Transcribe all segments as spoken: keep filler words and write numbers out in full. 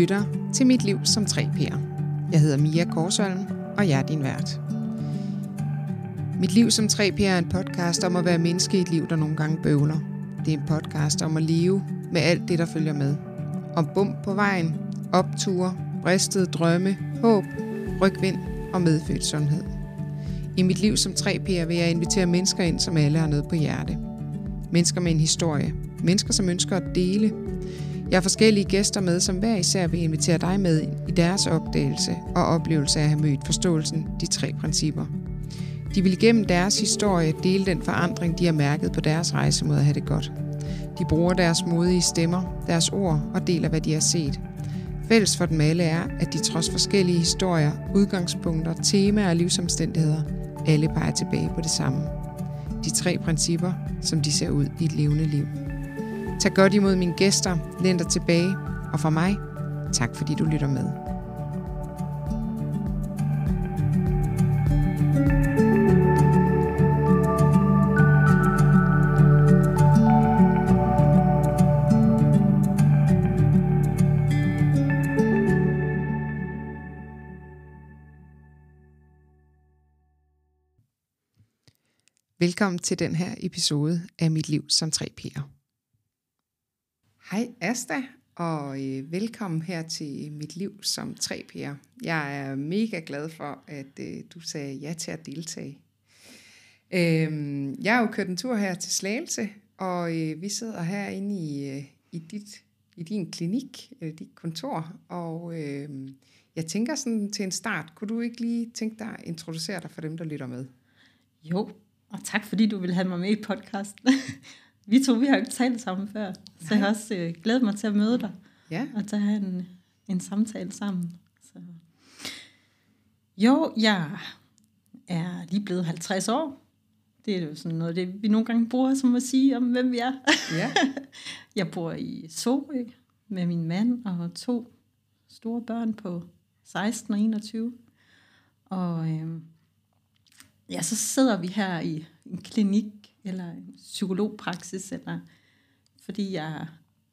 lytter til Mit Liv som tre P'er. Jeg hedder Mia Korsholm, og jeg er din vært. Mit Liv som tre P'er er en podcast om at være menneske i et liv, der nogle gange bøvler. Det er en podcast om at leve med alt det, der følger med. Om bump på vejen, opture, bristede drømme, håb, rygvind og medfødt sundhed. I Mit Liv som tre P'er vil jeg invitere mennesker ind, som alle har noget på hjerte. Mennesker med en historie. Mennesker, som ønsker at dele. Jeg har forskellige gæster med, som hver især vil invitere dig med i deres opdagelse og oplevelse af at have mødt forståelsen, de tre principper. De vil igennem deres historie dele den forandring, de har mærket på deres rejse mod at have det godt. De bruger deres modige stemmer, deres ord og deler, hvad de har set. Fælles for dem alle er, at de trods forskellige historier, udgangspunkter, temaer og livsomstændigheder, alle peger tilbage på det samme. De tre principper, som de ser ud i et levende liv. Tag godt imod mine gæster, læn dig tilbage, og fra mig, tak fordi du lytter med. Velkommen til den her episode af Mit Liv som tre P'er. Hej Asta, og øh, velkommen her til Mit Liv som tre P'er. Jeg er mega glad for, at øh, du sagde ja til at deltage. Øh, jeg har jo kørt en tur her til Slagelse, og øh, vi sidder herinde i, øh, i, dit, i din klinik, eller dit kontor, og øh, jeg tænker sådan til en start, kunne du ikke lige tænke dig at introducere dig for dem, der lytter med? Jo, og tak fordi du vil have mig med i podcasten. Vi to, vi har jo ikke talt sammen før, så Nej. Jeg har også øh, glædet mig til at møde dig, ja. Og til at have en, en samtale sammen. Så. Jo, jeg er lige blevet halvtreds år. Det er jo sådan noget, det vi nogle gange bruger som at sige om, hvem vi er. Ja. Jeg bor i Sorø med min mand og to store børn på seksten og enogtyve. Og øh, ja, så sidder vi her i en klinik, eller en psykologpraksis, eller fordi jeg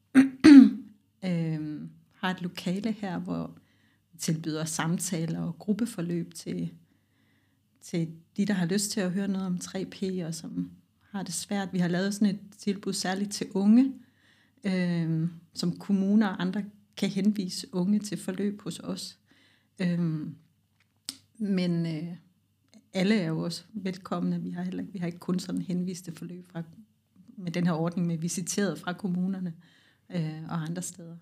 øh, har et lokale her, hvor vi tilbyder samtaler og gruppeforløb til, til de, der har lyst til at høre noget om tre P, og som har det svært. Vi har lavet sådan et tilbud særligt til unge, øh, som kommuner og andre kan henvise unge til forløb hos os. Øh, men øh, alle er jo også velkomne. Vi har, heller, vi har ikke kun sådan henviste forløb fra, med den her ordning med visiteret fra kommunerne øh, og andre steder.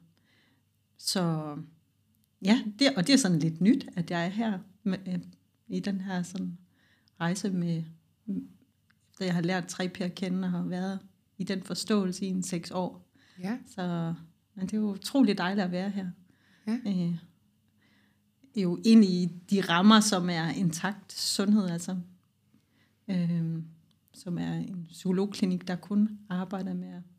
Så ja, det, og det er sådan lidt nyt, at jeg er her med, øh, i den her sådan rejse med, da jeg har lært tre P at kende og har været i den forståelse i en seks år. Ja. Så men det er jo utroligt dejligt at være her. Ja. Øh, jo ind i de rammer, som er intakt sundhed, altså, øhm, som er en psykologklinik, der kun arbejder med at,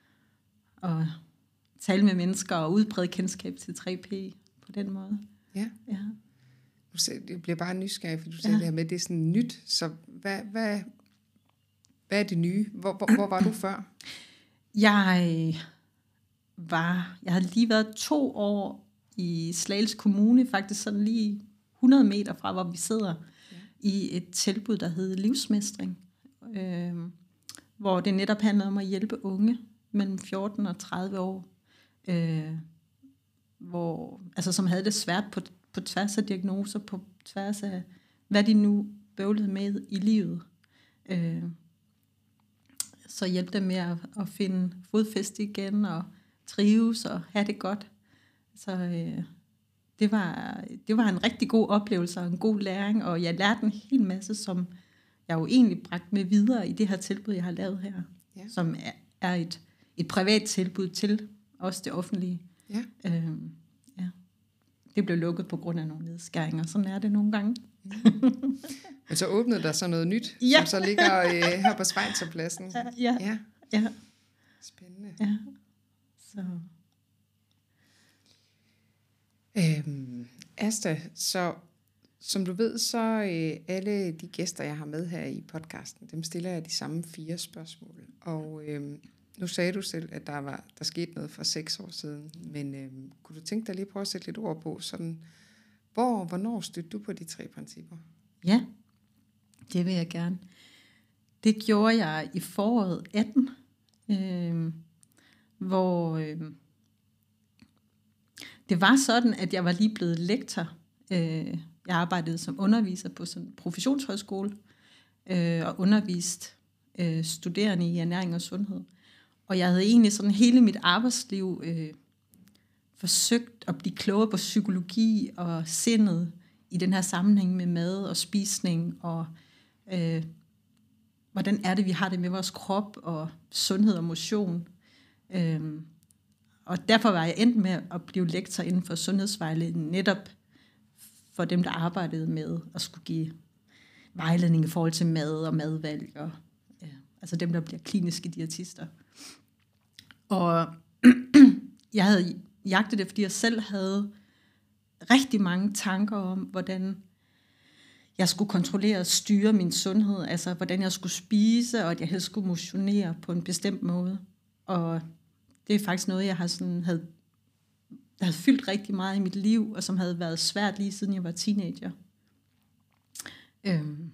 at tale med mennesker og udbrede kendskab til tre P på den måde. Ja. Ja. Jeg bliver bare nysgerrig, for du sagde Ja. det her med, det er sådan nyt, så hvad, hvad, hvad er det nye? Hvor, hvor, hvor var du før? Jeg var, jeg har lige været to år i Slagelse Kommune, faktisk sådan lige hundrede meter fra, hvor vi sidder, ja. I et tilbud, der hedder Livsmestring, øh, hvor det netop handler om at hjælpe unge mellem fjorten og tredive år, øh, hvor, altså, som havde det svært på, på tværs af diagnoser, på tværs af, hvad de nu bøvlede med i livet. Øh, så hjælpe dem med at, at finde fodfæste igen, og trives og have det godt. Så øh, det, var, det var en rigtig god oplevelse og en god læring, og jeg lærte en hel masse, som jeg jo egentlig bragte med videre i det her tilbud, jeg har lavet her, ja. Som er, er et, et privat tilbud til også det offentlige. Ja. Øh, ja. Det blev lukket på grund af nogle nedskæringer, sådan er det nogle gange. Mm. Men så åbnede der så noget nyt, ja. Som så ligger øh, her på Schweizerpladsen. Ja. Ja. Ja. Spændende. Ja. Så... Øhm, Asta, så som du ved, så øh, alle de gæster, jeg har med her i podcasten, dem stiller jeg de samme fire spørgsmål. Og øh, nu sagde du selv, at der var der skete noget for seks år siden, men øh, kunne du tænke dig lige prøve at sætte lidt ord på, sådan, hvor hvornår stødte du på de tre principper? Ja, det vil jeg gerne. Det gjorde jeg i foråret atten, øh, hvor øh, det var sådan, at jeg var lige blevet lektor. Øh, jeg arbejdede som underviser på sådan en professionshøjskole øh, og undervist øh, studerende i ernæring og sundhed. Og jeg havde egentlig sådan hele mit arbejdsliv øh, forsøgt at blive klogere på psykologi og sindet i den her sammenhæng med mad og spisning og øh, hvordan er det, vi har det med vores krop og sundhed og motion. Øh, og derfor var jeg endt med at blive lektor inden for sundhedsvejledning, netop for dem, der arbejdede med at skulle give vejledning i forhold til mad og madvalg, og ja, altså dem, der bliver kliniske diætister. Og jeg havde jagtet det, fordi jeg selv havde rigtig mange tanker om, hvordan jeg skulle kontrollere og styre min sundhed, altså hvordan jeg skulle spise, og at jeg helst skulle motionere på en bestemt måde. Og det er faktisk noget, jeg har sådan havde, der havde fyldt rigtig meget i mit liv, og som havde været svært lige siden jeg var teenager. Øhm.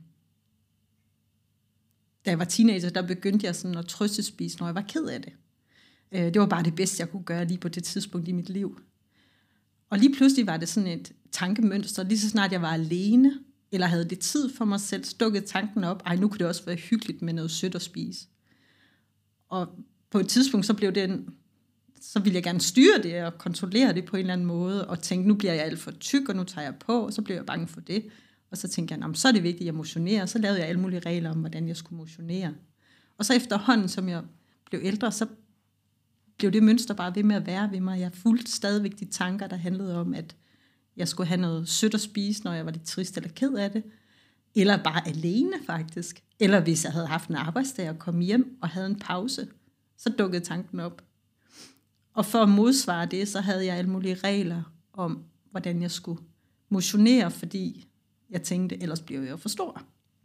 Da jeg var teenager, der begyndte jeg sådan at trøstespise, når jeg var ked af det. Det var bare det bedste, jeg kunne gøre lige på det tidspunkt i mit liv. Og lige pludselig var det sådan et tankemønster. Lige så snart jeg var alene, eller havde lidt tid for mig selv, stukket tanken op. Ej, nu kunne det også være hyggeligt med noget sødt at spise. Og på et tidspunkt, så blev det en, så ville jeg gerne styre det og kontrollere det på en eller anden måde. Og tænke, nu bliver jeg alt for tyk, og nu tager jeg på, og så blev jeg bange for det. Og så tænkte jeg, så er det vigtigt, at jeg motionerer. Så lavede jeg alle mulige regler om, hvordan jeg skulle motionere. Og så efterhånden, som jeg blev ældre, så blev det mønster bare ved med at være ved mig. Jeg fulgte stadigvæk de tanker, der handlede om, at jeg skulle have noget sødt at spise, når jeg var lidt trist eller ked af det. Eller bare alene faktisk. Eller hvis jeg havde haft en arbejdsdag og kom hjem og havde en pause, så dukkede tanken op. Og for at modsvare det, så havde jeg alle mulige regler om, hvordan jeg skulle motionere, fordi jeg tænkte, ellers blev jeg for stor.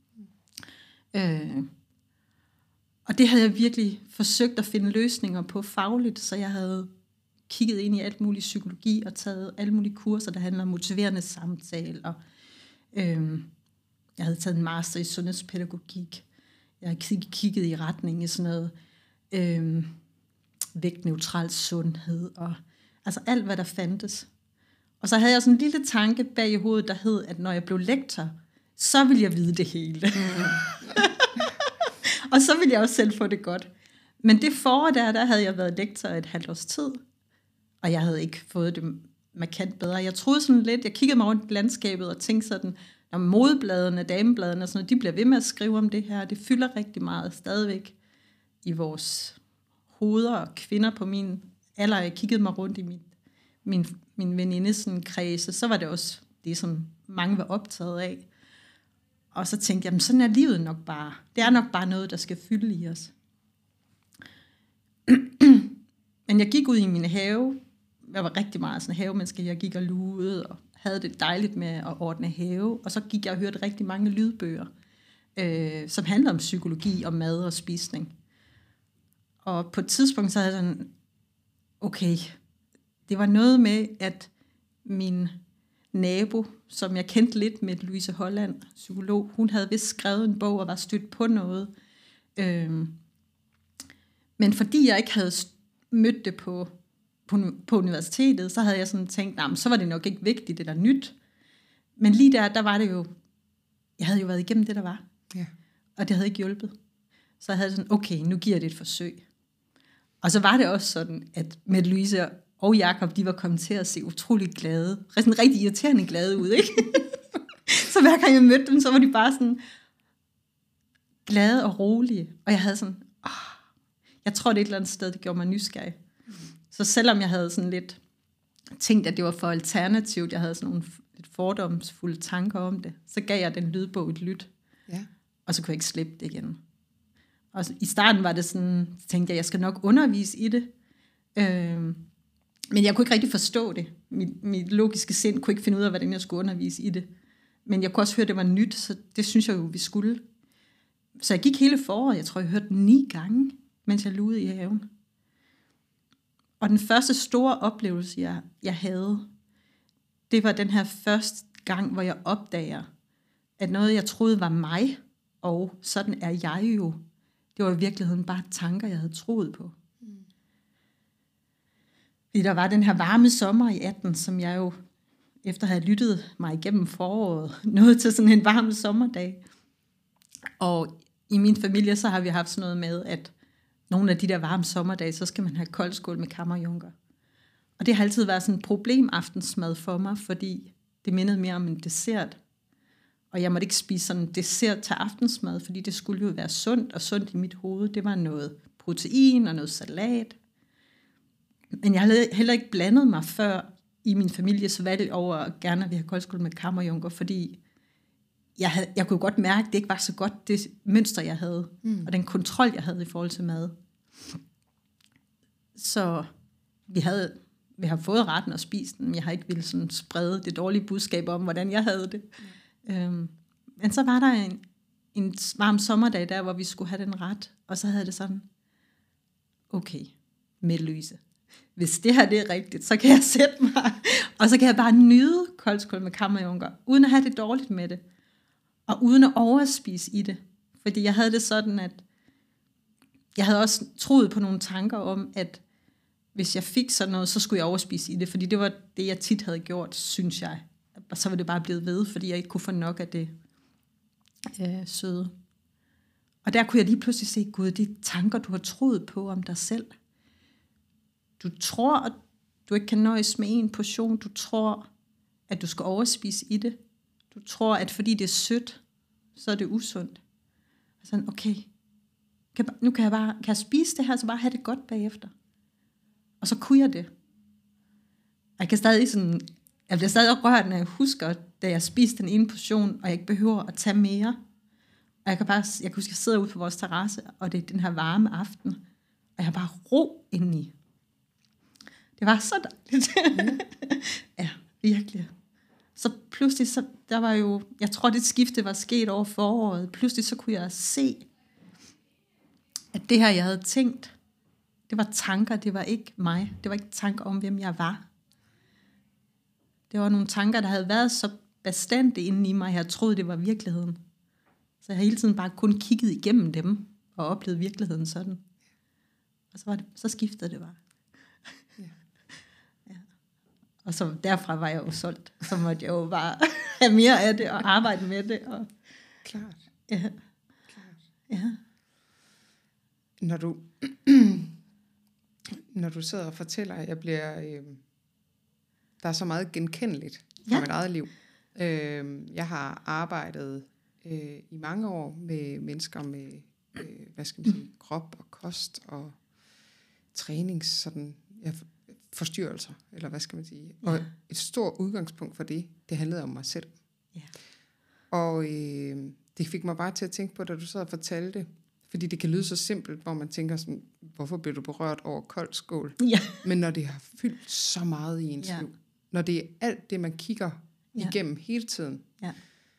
Øh... Og det havde jeg virkelig forsøgt at finde løsninger på fagligt, så jeg havde kigget ind i alt muligt psykologi og taget alle mulige kurser, der handler om motiverende samtale. Og, øhm, jeg havde taget en master i sundhedspædagogik. Jeg havde kigget i retning i sådan noget øhm, vægtneutral sundhed, og altså alt, hvad der fandtes. Og så havde jeg sådan en lille tanke bag i hovedet, der hed, at når jeg blev lektor, så ville jeg vide det hele. Og så ville jeg også selv få det godt. Men det forår der, der havde jeg været lektor et halvt års tid, og jeg havde ikke fået det markant bedre. Jeg troede sådan lidt, jeg kiggede mig rundt i landskabet og tænkte sådan, når modebladene, damebladene og sådan noget, de bliver ved med at skrive om det her, det fylder rigtig meget stadigvæk i vores hoveder og kvinder på min alder. Jeg kiggede mig rundt i min, min, min venindes kredse, så var det også det, som mange var optaget af. Og så tænkte jeg, jamen sådan er livet nok bare. Det er nok bare noget, der skal fylde i os. Men jeg gik ud i min have. Jeg var rigtig meget sådan en havemenneske. Jeg gik og lugede og havde det dejligt med at ordne have. Og så gik jeg og hørte rigtig mange lydbøger, øh, som handler om psykologi og mad og spisning. Og på et tidspunkt så havde jeg sådan, okay, det var noget med, at min nabo, som jeg kendte lidt med, Louise Holland, psykolog, hun havde vist skrevet en bog og var stødt på noget. Øhm, men fordi jeg ikke havde mødt det på, på, på universitetet, så havde jeg sådan tænkt, nah, så var det nok ikke vigtigt eller nyt. Men lige der, der var det jo, jeg havde jo været igennem det, der var. Ja. Og det havde ikke hjulpet. Så jeg havde sådan, okay, nu giver jeg det et forsøg. Og så var det også sådan, at med Louise og Jakob, de var kommet til at se utrolig glade. Sådan rigtig irriterende glade ud, ikke? Så hver gang jeg mødte dem, så var de bare sådan glade og rolige. Og jeg havde sådan, åh, jeg tror det er et eller andet sted, det gjorde mig nysgerrig. Mm. Så selvom jeg havde sådan lidt tænkt, at det var for alternativt, jeg havde sådan nogle lidt fordomsfulde tanker om det, så gav jeg den lydbog et lyt. Ja. Og så kunne jeg ikke slippe det igen. Og i starten var det sådan, tænkte jeg, jeg skal nok undervise i det. Øh, Men jeg kunne ikke rigtig forstå det. Mit, mit logiske sind kunne ikke finde ud af, hvordan jeg skulle undervise i det. Men jeg kunne også høre, at det var nyt, så det synes jeg jo, vi skulle. Så jeg gik hele foråret, jeg tror, jeg hørte den ni gange, mens jeg lugede i haven. Og den første store oplevelse, jeg, jeg havde, det var den her første gang, hvor jeg opdager, at noget, jeg troede var mig, og sådan er jeg jo, det var i virkeligheden bare tanker, jeg havde troet på. Mm. Fordi der var den her varme sommer i atten, som jeg jo, efter at have lyttet mig igennem foråret, nåede til sådan en varm sommerdag. Og i min familie, så har vi haft sådan noget med, at nogle af de der varme sommerdage, så skal man have koldskål med kammerjunker. Og det har altid været sådan en problemaftensmad for mig, fordi det mindede mere om en dessert. Og jeg måtte ikke spise sådan en dessert til aftensmad, fordi det skulle jo være sundt, og sundt i mit hoved. Det var noget protein og noget salat. Men jeg havde heller ikke blandet mig før i min families valg over at gerne vil have koldskål med kammerjunker, fordi jeg, havde, jeg kunne godt mærke, at det ikke var så godt, det mønster, jeg havde, mm. og den kontrol, jeg havde i forhold til mad. Så vi havde... Vi har fået retten og spist den, men jeg har ikke ville sådan sprede det dårlige budskab om, hvordan jeg havde det. Mm. Øhm, men så var der en, en varm sommerdag der, hvor vi skulle have den ret, og så havde det sådan, okay, Mette Louise, hvis det her det er rigtigt, så kan jeg sætte mig, og så kan jeg bare nyde koldskål med kammerjunker, uden at have det dårligt med det, og uden at overspise i det. Fordi jeg havde det sådan, at jeg havde også troet på nogle tanker om, at hvis jeg fik sådan noget, så skulle jeg overspise i det, fordi det var det, jeg tit havde gjort, synes jeg. Og så var det bare blevet ved, fordi jeg ikke kunne få nok af det øh, søde. Og der kunne jeg lige pludselig se, Gud, de tanker, du har troet på om dig selv. Du tror, at du ikke kan nøjes med en portion. Du tror, at du skal overspise i det. Du tror, at fordi det er sødt, så er det usundt. Og sådan, okay, kan, nu kan jeg bare kan jeg spise det her, så bare have det godt bagefter. Og så kunne jeg det. Og jeg kan stadig sådan, jeg bliver stadig rørt, når jeg husker, da jeg spiste den ene portion, og jeg ikke behøver at tage mere. Og jeg kan bare, jeg kan huske, at jeg sidder ude på vores terrasse, og det er den her varme aften, og jeg har bare ro indeni. Det var så dejligt. Mm. Ja, virkelig. Så pludselig, så, der var jo, jeg tror, det skifte var sket over foråret. Pludselig så kunne jeg se, at det her, jeg havde tænkt, det var tanker, det var ikke mig. Det var ikke tanker om, hvem jeg var. Det var nogle tanker, der havde været så bastante inde i mig, jeg troede, det var virkeligheden. Så jeg har hele tiden bare kun kigget igennem dem, og oplevet virkeligheden sådan. Og så, var det, så skiftede det bare. Ja. Ja. Og så derfra var jeg jo solgt. Så måtte jeg jo bare have mere af det, og arbejde med det. Og... Klart. Ja. Klart. Ja. Når du... Når du sidder og fortæller, at jeg bliver, øh, der er så meget genkendeligt fra ja. mit eget liv. Øh, jeg har arbejdet øh, i mange år med mennesker med, øh, hvad skal man sige, krop og kost og trænings, sådan, ja, forstyrrelser, eller hvad skal man sige. Ja. Og et stort udgangspunkt for det, det handlede om mig selv. Ja. Og øh, det fik mig bare til at tænke på, da du sad og fortalte, fordi det kan lyde så simpelt, hvor man tænker sådan, hvorfor bliver du berørt over koldt skål? Ja. Men når det har fyldt så meget i ens ja. liv, når det er alt det, man kigger ja. igennem hele tiden, ja.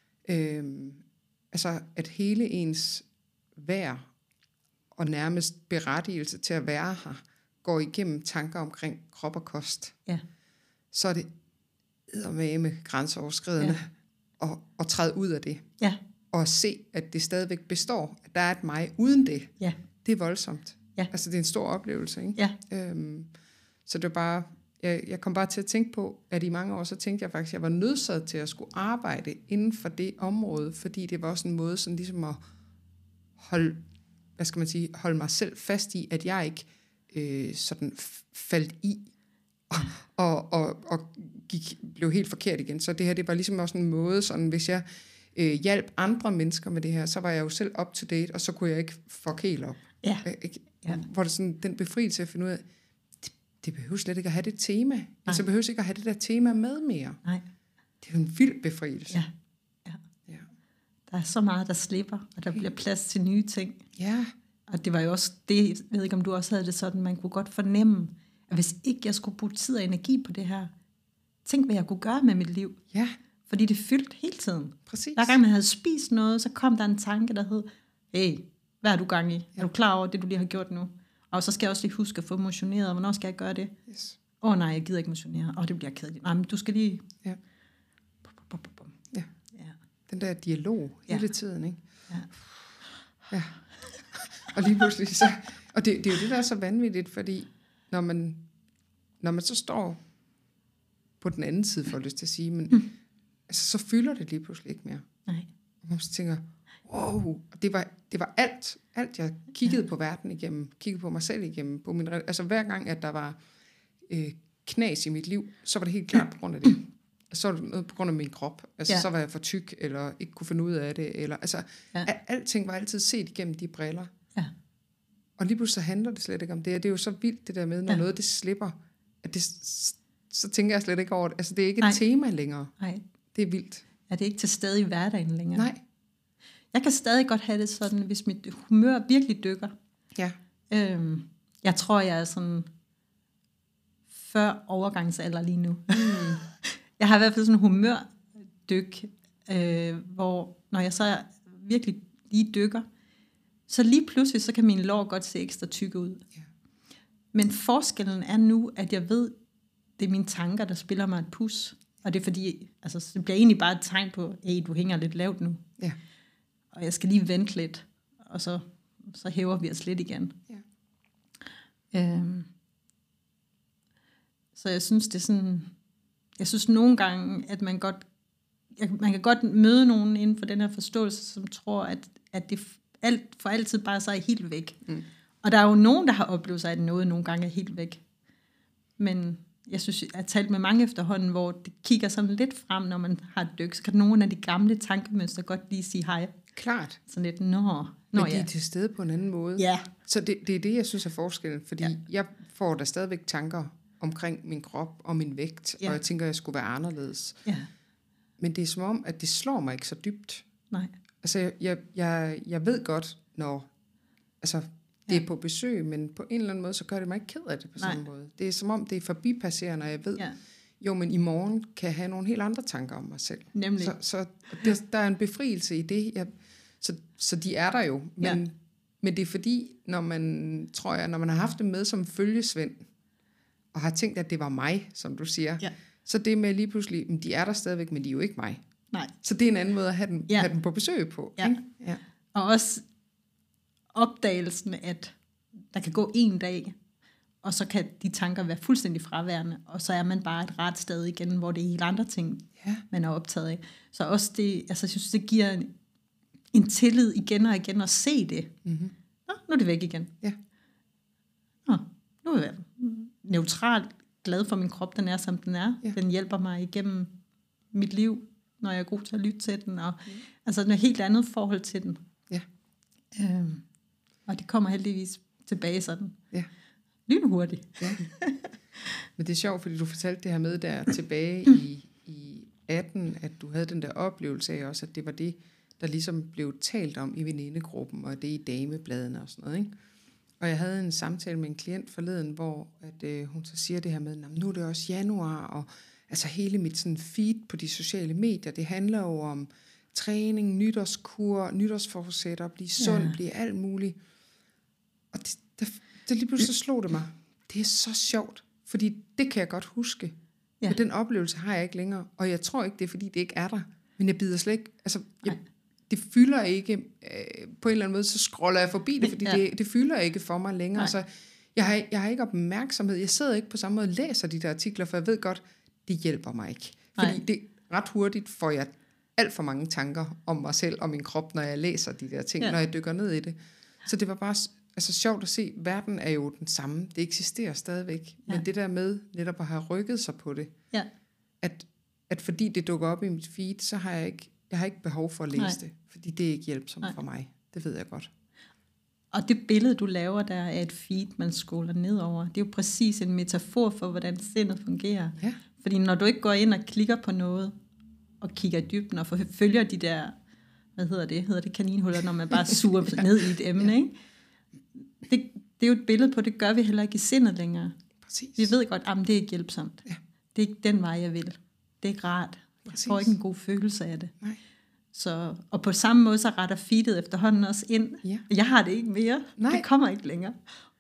øhm, altså at hele ens værd og nærmest berettigelse til at være her, går igennem tanker omkring krop og kost, ja. så er det eddermame grænseoverskridende ja. at, at træde ud af det. Ja. Og se, at det stadigvæk består, at der er et mig uden det. Ja. Det er voldsomt. Ja. Altså, det er en stor oplevelse, ikke? Ja. Øhm, så det var bare, jeg, jeg kom bare til at tænke på, at i mange år, så tænkte jeg faktisk, at jeg var nødsaget til at skulle arbejde inden for det område, fordi det var også en måde, sådan ligesom at holde, hvad skal man sige, holde mig selv fast i, at jeg ikke øh, sådan faldt i, og, og, og, og gik, blev helt forkert igen. Så det her, det var ligesom også en måde, sådan hvis jeg øh, hjalp andre mennesker med det her, så var jeg jo selv up to date, og så kunne jeg ikke fuck helt op. Ja. Øh, ja. Hvor det sådan, den befrielse at finde ud af, det, det behøver slet ikke at have det tema. Nej. Altså behøver ikke at have det der tema med mere. Nej. Det er jo en vild befrielse. Ja. Ja. Ja. Der er så meget, der slipper, og der bliver plads til nye ting. Ja. Og det var jo også det, jeg ved ikke, om du også havde det sådan, man kunne godt fornemme, at hvis ikke jeg skulle bruge tid og energi på det her, tænk, hvad jeg kunne gøre med mit liv. Ja. Fordi det fyldte hele tiden. Præcis. Hver gang man havde spist noget, så kom der en tanke, der hed, hey, hvad er du gang i? Ja. Er du klar over det, du lige har gjort nu? Og så skal jeg også lige huske at få motioneret. Hvornår skal jeg gøre det? Åh yes. oh, nej, jeg gider ikke motionere. Åh, oh, det bliver kedeligt. Nej, men du skal lige... Ja. Bum, bum, bum, bum. Ja. Ja. Den der dialog ja. hele tiden, ikke? Ja. Ja. Og lige pludselig så... Og det, det er jo det, der er så vanvittigt, fordi når man, når man så står på den anden side, for lyst til at sige, men mm. altså, så fylder det lige pludselig ikke mere. Nej. Og man så tænker, wow, det var, det var alt, alt jeg kiggede ja. på verden igennem, kiggede på mig selv igennem, på min, altså hver gang, at der var øh, knas i mit liv, så var det helt klart på grund af det. Så var det noget på grund af min krop. Altså ja. så var jeg for tyk, eller ikke kunne finde ud af det, eller altså, ja. alting var altid set igennem de briller. Ja. Og lige pludselig så handler det slet ikke om det. Det er jo så vildt det der med, når ja. noget det slipper, at det, så tænker jeg slet ikke over det. Altså det er ikke et Nej. tema længere. Nej. Det er vildt. Er det ikke til stede i hverdagen længere? Nej. Jeg kan stadig godt have det sådan, hvis mit humør virkelig dykker. Ja. Øhm, jeg tror, jeg er sådan før overgangsalder lige nu. Mm. Jeg har i hvert fald sådan en humørdyk, øh, hvor når jeg så virkelig lige dykker, så lige pludselig, så kan mine lår godt se ekstra tykke ud. Ja. Men forskellen er nu, at jeg ved, det er mine tanker, der spiller mig et pus. Og det er fordi, altså det bliver egentlig bare et tegn på, hey, du hænger lidt lavt nu. Ja. Og jeg skal lige vente lidt, og så, så hæver vi os lidt igen. Ja. Øhm. Så jeg synes, det er sådan, jeg synes nogle gange, at man godt, man kan godt møde nogen inden for den her forståelse, som tror, at, at det alt, for altid bare så er helt væk. Mm. Og der er jo nogen, der har oplevet sig, at noget nogle gange er helt væk. Men jeg synes, jeg har talt med mange efterhånden, hvor det kigger sådan lidt frem, når man har et dyk, så kan nogle af de gamle tankemønstre godt lige sige hej. Klart. Sådan lidt, nå, nå Men de ja. er til stede på en anden måde. Ja. Så det, det er det, jeg synes er forskellen, fordi ja. jeg får da stadigvæk tanker omkring min krop og min vægt, ja. og jeg tænker, at jeg skulle være anderledes. Ja. Men det er som om, at det slår mig ikke så dybt. Nej. Altså, jeg, jeg, jeg ved godt, når altså, det ja. er på besøg, men på en eller anden måde, så gør det mig ikke ked af det på samme måde. Det er som om, det er forbipasserende, og jeg ved, ja. jo, men i morgen kan jeg have nogle helt andre tanker om mig selv. Nemlig. Så, så det, der er en befrielse i det. Jeg, så, så de er der jo. Men, ja. men det er fordi, når man, tror jeg, når man har haft det med som følgesvend, og har tænkt, at det var mig, som du siger, ja. så det med lige pludselig, de er der stadigvæk, men de er jo ikke mig. Nej. Så det er en anden måde at have den, ja. have den på besøg på. Ja. Ikke? Ja. Og også opdagelsen, at der kan gå en dag, og så kan de tanker være fuldstændig fraværende, og så er man bare et ret sted igen, hvor det er helt andre ting, ja. man er optaget af. Så også det, altså jeg synes, det giver en, en tillid igen og igen at se det. Mm-hmm. Nå, nu er det væk igen. Ja. Nå, nu er jeg neutralt glad for min krop, den er, som den er. Ja. Den hjælper mig igennem mit liv, når jeg er god til at lytte til den, og mm. altså noget helt andet forhold til den. Ja. Øhm, og det kommer heldigvis tilbage sådan. Ja. Lynhurtigt. Ja. Men det er sjovt, fordi du fortalte det her med der tilbage i, i atten, at du havde den der oplevelse af også, at det var det, der ligesom blev talt om i venindegruppen, og det i damebladene og sådan noget, ikke? Og jeg havde en samtale med en klient forleden, hvor at, øh, hun så siger det her med, nu er det også januar, og altså hele mit sådan feed på de sociale medier, det handler jo om træning, nytårskur, nytårsforsætter, blive sund, ja. blive alt muligt. Og det, det, det lige pludselig så slog det mig. Det er så sjovt, fordi det kan jeg godt huske. Ja. Men den oplevelse har jeg ikke længere, og jeg tror ikke, det er fordi, det ikke er der. Men jeg bider slet ikke, altså, jeg, det fylder ikke, øh, på en eller anden måde, så scroller jeg forbi det, fordi ja. det, det fylder ikke for mig længere. Så jeg har, jeg har ikke opmærksomhed, jeg sidder ikke på samme måde og læser de der artikler, for jeg ved godt, det hjælper mig ikke. Fordi Nej. det ret hurtigt får jeg alt for mange tanker om mig selv og min krop, når jeg læser de der ting, ja. når jeg dykker ned i det. Så det var bare altså, sjovt at se, verden er jo den samme, det eksisterer stadigvæk, ja. men det der med netop at have rykket sig på det, ja. at, at fordi det dukker op i mit feed, så har jeg ikke, jeg har ikke behov for at læse Nej. det, fordi det er ikke hjælpsomt Nej. for mig, det ved jeg godt. Og det billede, du laver der af et feed, man scroller nedover, det er jo præcis en metafor for, hvordan sindet fungerer. Ja. Fordi når du ikke går ind og klikker på noget, og kigger i dybden, og følger de der, hvad hedder det, hedder det kaninhuller, når man bare suger ned i et emne, ikke? Det, det er jo et billede på, det gør vi heller ikke i sindet længere. Præcis. Vi ved godt, at det er ikke hjælpsomt. Ja. Det er ikke den vej, jeg vil. Det er ikke rart. Jeg får ikke en god følelse af det. Nej. Så, og på samme måde, så retter feedet efterhånden også ind. Ja. Jeg har det ikke mere. Nej. Det kommer ikke længere.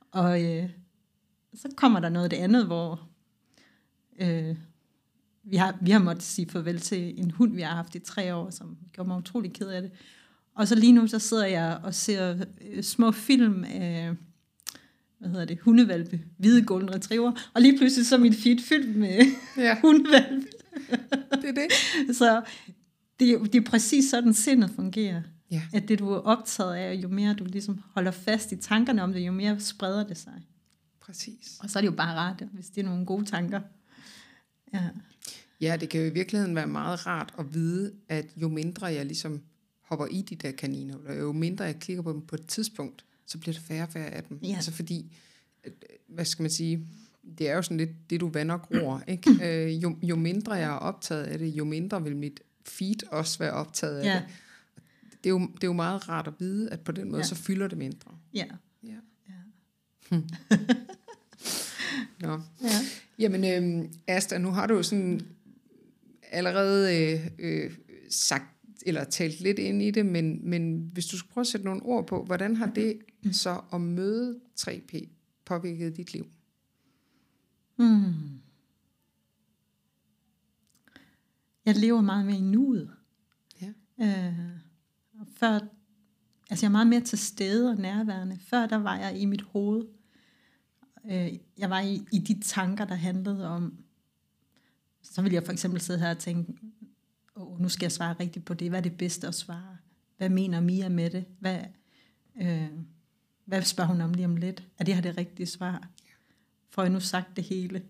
Og øh, så kommer der noget det andet, hvor øh, vi, har, vi har måttet sige farvel til en hund, vi har haft i tre år, som gjorde mig utrolig ked af det. Og så lige nu, så sidder jeg og ser øh, små film af, hvad hedder det, hundevalpe, hvide golden retriever, og lige pludselig så er mit feed fyldt med ja. hundevalpe. Det er det. Så det er, det er præcis sådan, sindet fungerer. Ja. At det, du er optaget af, jo mere du ligesom holder fast i tankerne om det, jo mere spreder det sig. Præcis. Og så er det jo bare rart, hvis det er nogle gode tanker. Ja, ja, det kan jo i virkeligheden være meget rart at vide, at jo mindre jeg ligesom hopper i de der kaniner, eller jo mindre jeg klikker på dem på et tidspunkt, så bliver det færre og færre af dem. Ja. Altså fordi, hvad skal man sige, det er jo sådan lidt det, du vander gror, ikke? Øh, jo, jo mindre jeg er optaget af det, jo mindre vil mit feed også være optaget af ja. det. Det er, jo, det er jo meget rart at vide, at på den måde, ja. så fylder det mindre. Ja. Ja. ja. Hm. Nå. Ja. Jamen, øh, Asta, nu har du jo sådan allerede øh, øh, sagt, eller talt lidt ind i det, men, men hvis du skulle prøve at sætte nogle ord på, hvordan har det så at møde tre P påvirket dit liv? Hmm. Jeg lever meget mere i nuet. Ja. Øh, før, altså jeg er meget mere til stede og nærværende. Før der var jeg i mit hoved. Øh, jeg var i, i de tanker, der handlede om, så ville jeg for eksempel sidde her og tænke, åh, nu skal jeg svare rigtigt på det. Hvad er det bedste at svare? Hvad mener Mia med det? Hvad, øh, hvad spørger hun om lige om lidt? Er det her det rigtige svar? Får jeg nu sagt det hele?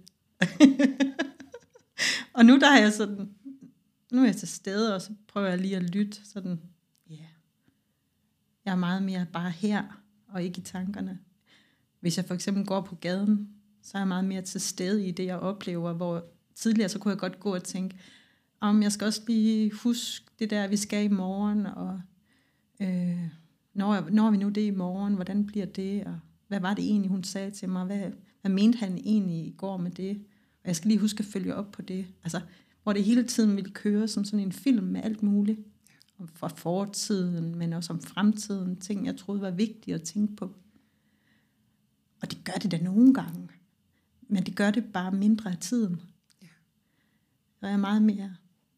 Og nu der har jeg sådan, nu er jeg til stede, og så prøver jeg lige at lytte sådan, ja, yeah. Jeg er meget mere bare her, og ikke i tankerne. Hvis jeg for eksempel går på gaden, så er jeg meget mere til stede i det, jeg oplever, hvor tidligere så kunne jeg godt gå og tænke, om jeg skal også lige huske det der, vi skal i morgen, og øh, når, når vi nu det i morgen, hvordan bliver det, og hvad var det egentlig, hun sagde til mig, hvad, hvad mente han egentlig i går med det, og jeg skal lige huske at følge op på det, altså, hvor det hele tiden ville køre som sådan en film med alt muligt, om fra fortiden, men også om fremtiden, ting jeg troede var vigtige at tænke på. Og det gør det da nogle gange, men det gør det bare mindre af tiden. Ja. Så er jeg meget mere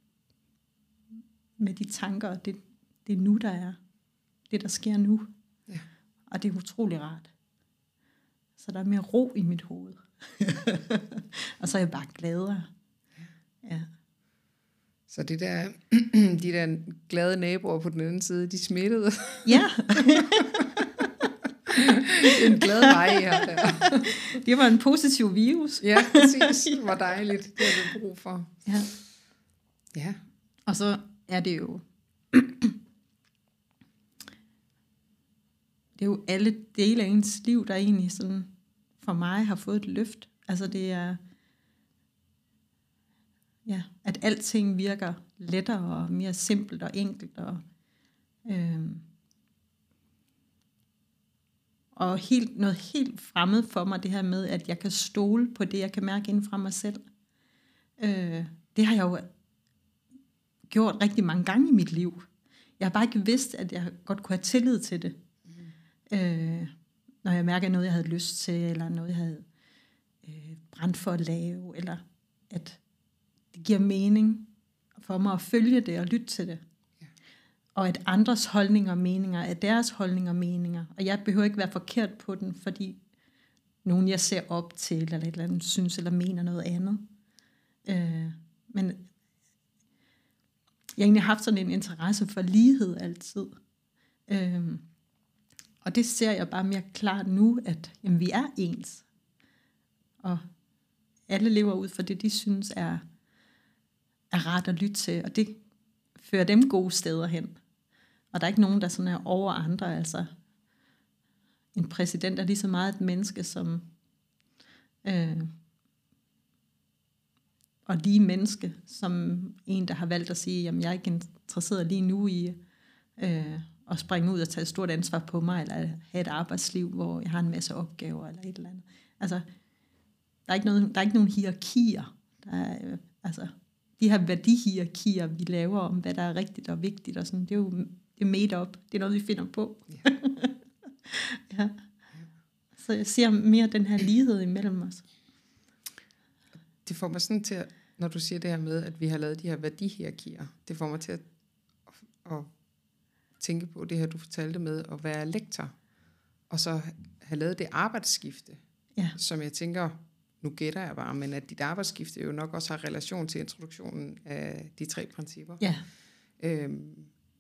med de tanker, og det, det er nu, der er. Det, der sker nu. Ja. Og det er utrolig rart. Så der er mere ro i mit hoved. Og så er jeg bare gladere. Ja. Så det der, de der glade naboer på den anden side, de smittede. Ja. En glad vej her der. Det var en positiv virus. Ja, præcis. Det var dejligt. Det har vi brug for. Ja. Ja. Og så er det jo det er jo alle dele af ens liv, der egentlig sådan for mig har fået et løft. Altså det er ja, at alting virker lettere og mere simpelt og enkelt og øhm, og helt, noget helt fremmed for mig, det her med, at jeg kan stole på det, jeg kan mærke inden fra mig selv. Øh, det har jeg jo gjort rigtig mange gange i mit liv. Jeg har bare ikke vidst, at jeg godt kunne have tillid til det. Mm. Øh, når jeg mærker noget, jeg havde lyst til, eller noget, jeg havde øh, brændt for at lave, eller at det giver mening for mig at følge det og lytte til det. Ja. Og at andres holdninger og meninger er deres holdninger og meninger. Og jeg behøver ikke være forkert på den, fordi nogen, jeg ser op til, eller et eller andet, synes eller mener noget andet. Øh, men jeg har egentlig haft sådan en interesse for lighed altid. Øh, og det ser jeg bare mere klart nu, at jamen, vi er ens. Og alle lever ud for det, de synes er, er rart at lytte til. Og det fører dem gode steder hen. Og der er ikke nogen, der sådan er over andre. Altså, en præsident er lige så meget et menneske som øh, og lige menneske, som en, der har valgt at sige, jamen jeg er ikke interesseret lige nu i øh, at springe ud og tage et stort ansvar på mig, eller have et arbejdsliv, hvor jeg har en masse opgaver, eller et eller andet. Altså, der er ikke, noget, der er ikke nogen hierarkier. Der er, øh, altså, de her værdihierarkier, vi laver om, hvad der er rigtigt og vigtigt, og sådan, det er jo det er made up. Det er noget, vi finder på. Ja. Ja. Så jeg ser mere den her lighed imellem os. Det får mig sådan til, at, når du siger det her med, at vi har lavet de her værdihierarkier, det får mig til at, at, at tænke på det her, du fortalte med at være lektor, og så have lavet det arbejdsskifte, ja. Som jeg tænker, nu gætter jeg bare, men at dit arbejdsskifte jo nok også har relation til introduktionen af de tre principper. Ja. Øhm,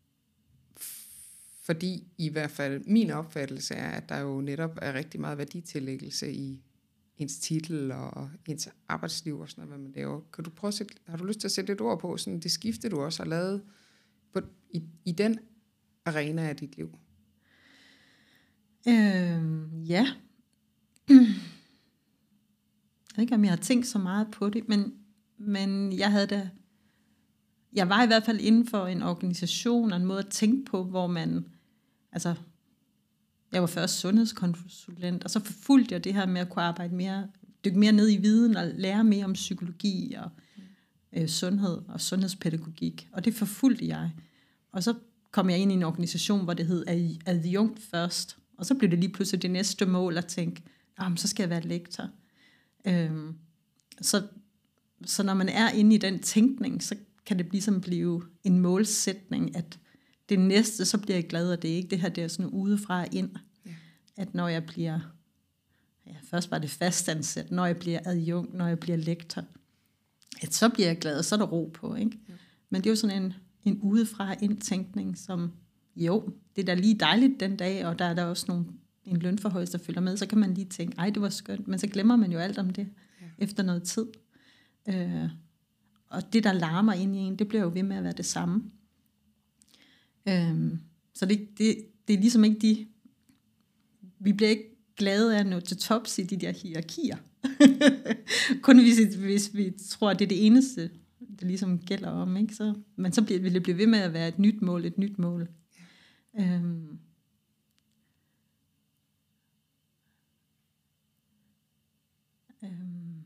fordi i hvert fald min opfattelse er, at der jo netop er rigtig meget værditillæggelse i ens titel og ens arbejdsliv og sådan noget, hvad man laver. Kan du prøve at sætte, har du lyst til at sætte et ord på sådan det skifte, du også har lavet på, i, i den arena af dit liv? Øhm, ja. Jeg ved ikke, om jeg har tænkt så meget på det, men, men jeg havde da, jeg var i hvert fald inden for en organisation og en måde at tænke på, hvor man, altså, jeg var først sundhedskonsulent, og så forfulgte jeg det her med at kunne arbejde mere, dykke mere ned i viden og lære mere om psykologi og øh, sundhed og sundhedspædagogik, og det forfulgte jeg. Og så kom jeg ind i en organisation, hvor det hed adjunkt først, og så blev det lige pludselig det næste mål at tænke, ah, så skal jeg være lektor. Øhm, så, så når man er inde i den tænkning, så kan det ligesom blive en målsætning, at det næste, så bliver jeg glad, og det er ikke det her, det er sådan udefra og ind. Ja. At når jeg bliver, ja, først var det fastansat, når jeg bliver adjunkt, når jeg bliver lektor, at så bliver jeg glad, og så er der ro på, ikke? Ja. Men det er jo sådan en, en udefra og ind tænkning, som jo, det er da lige dejligt den dag, og der er der også nogle, en lønforhøjelse, der følger med, så kan man lige tænke, ej, det var skønt, men så glemmer man jo alt om det, ja. Efter noget tid. Øh, og det, der larmer ind i en, det bliver jo ved med at være det samme. Øh, så det, det, det er ligesom ikke de, vi bliver ikke glade af at nå til tops i de der hierarkier. Kun hvis, hvis vi tror, at det er det eneste, det ligesom gælder om, ikke? Så, men så bliver, vil det blive ved med at være et nyt mål, et nyt mål. Ja. Øhm, øhm,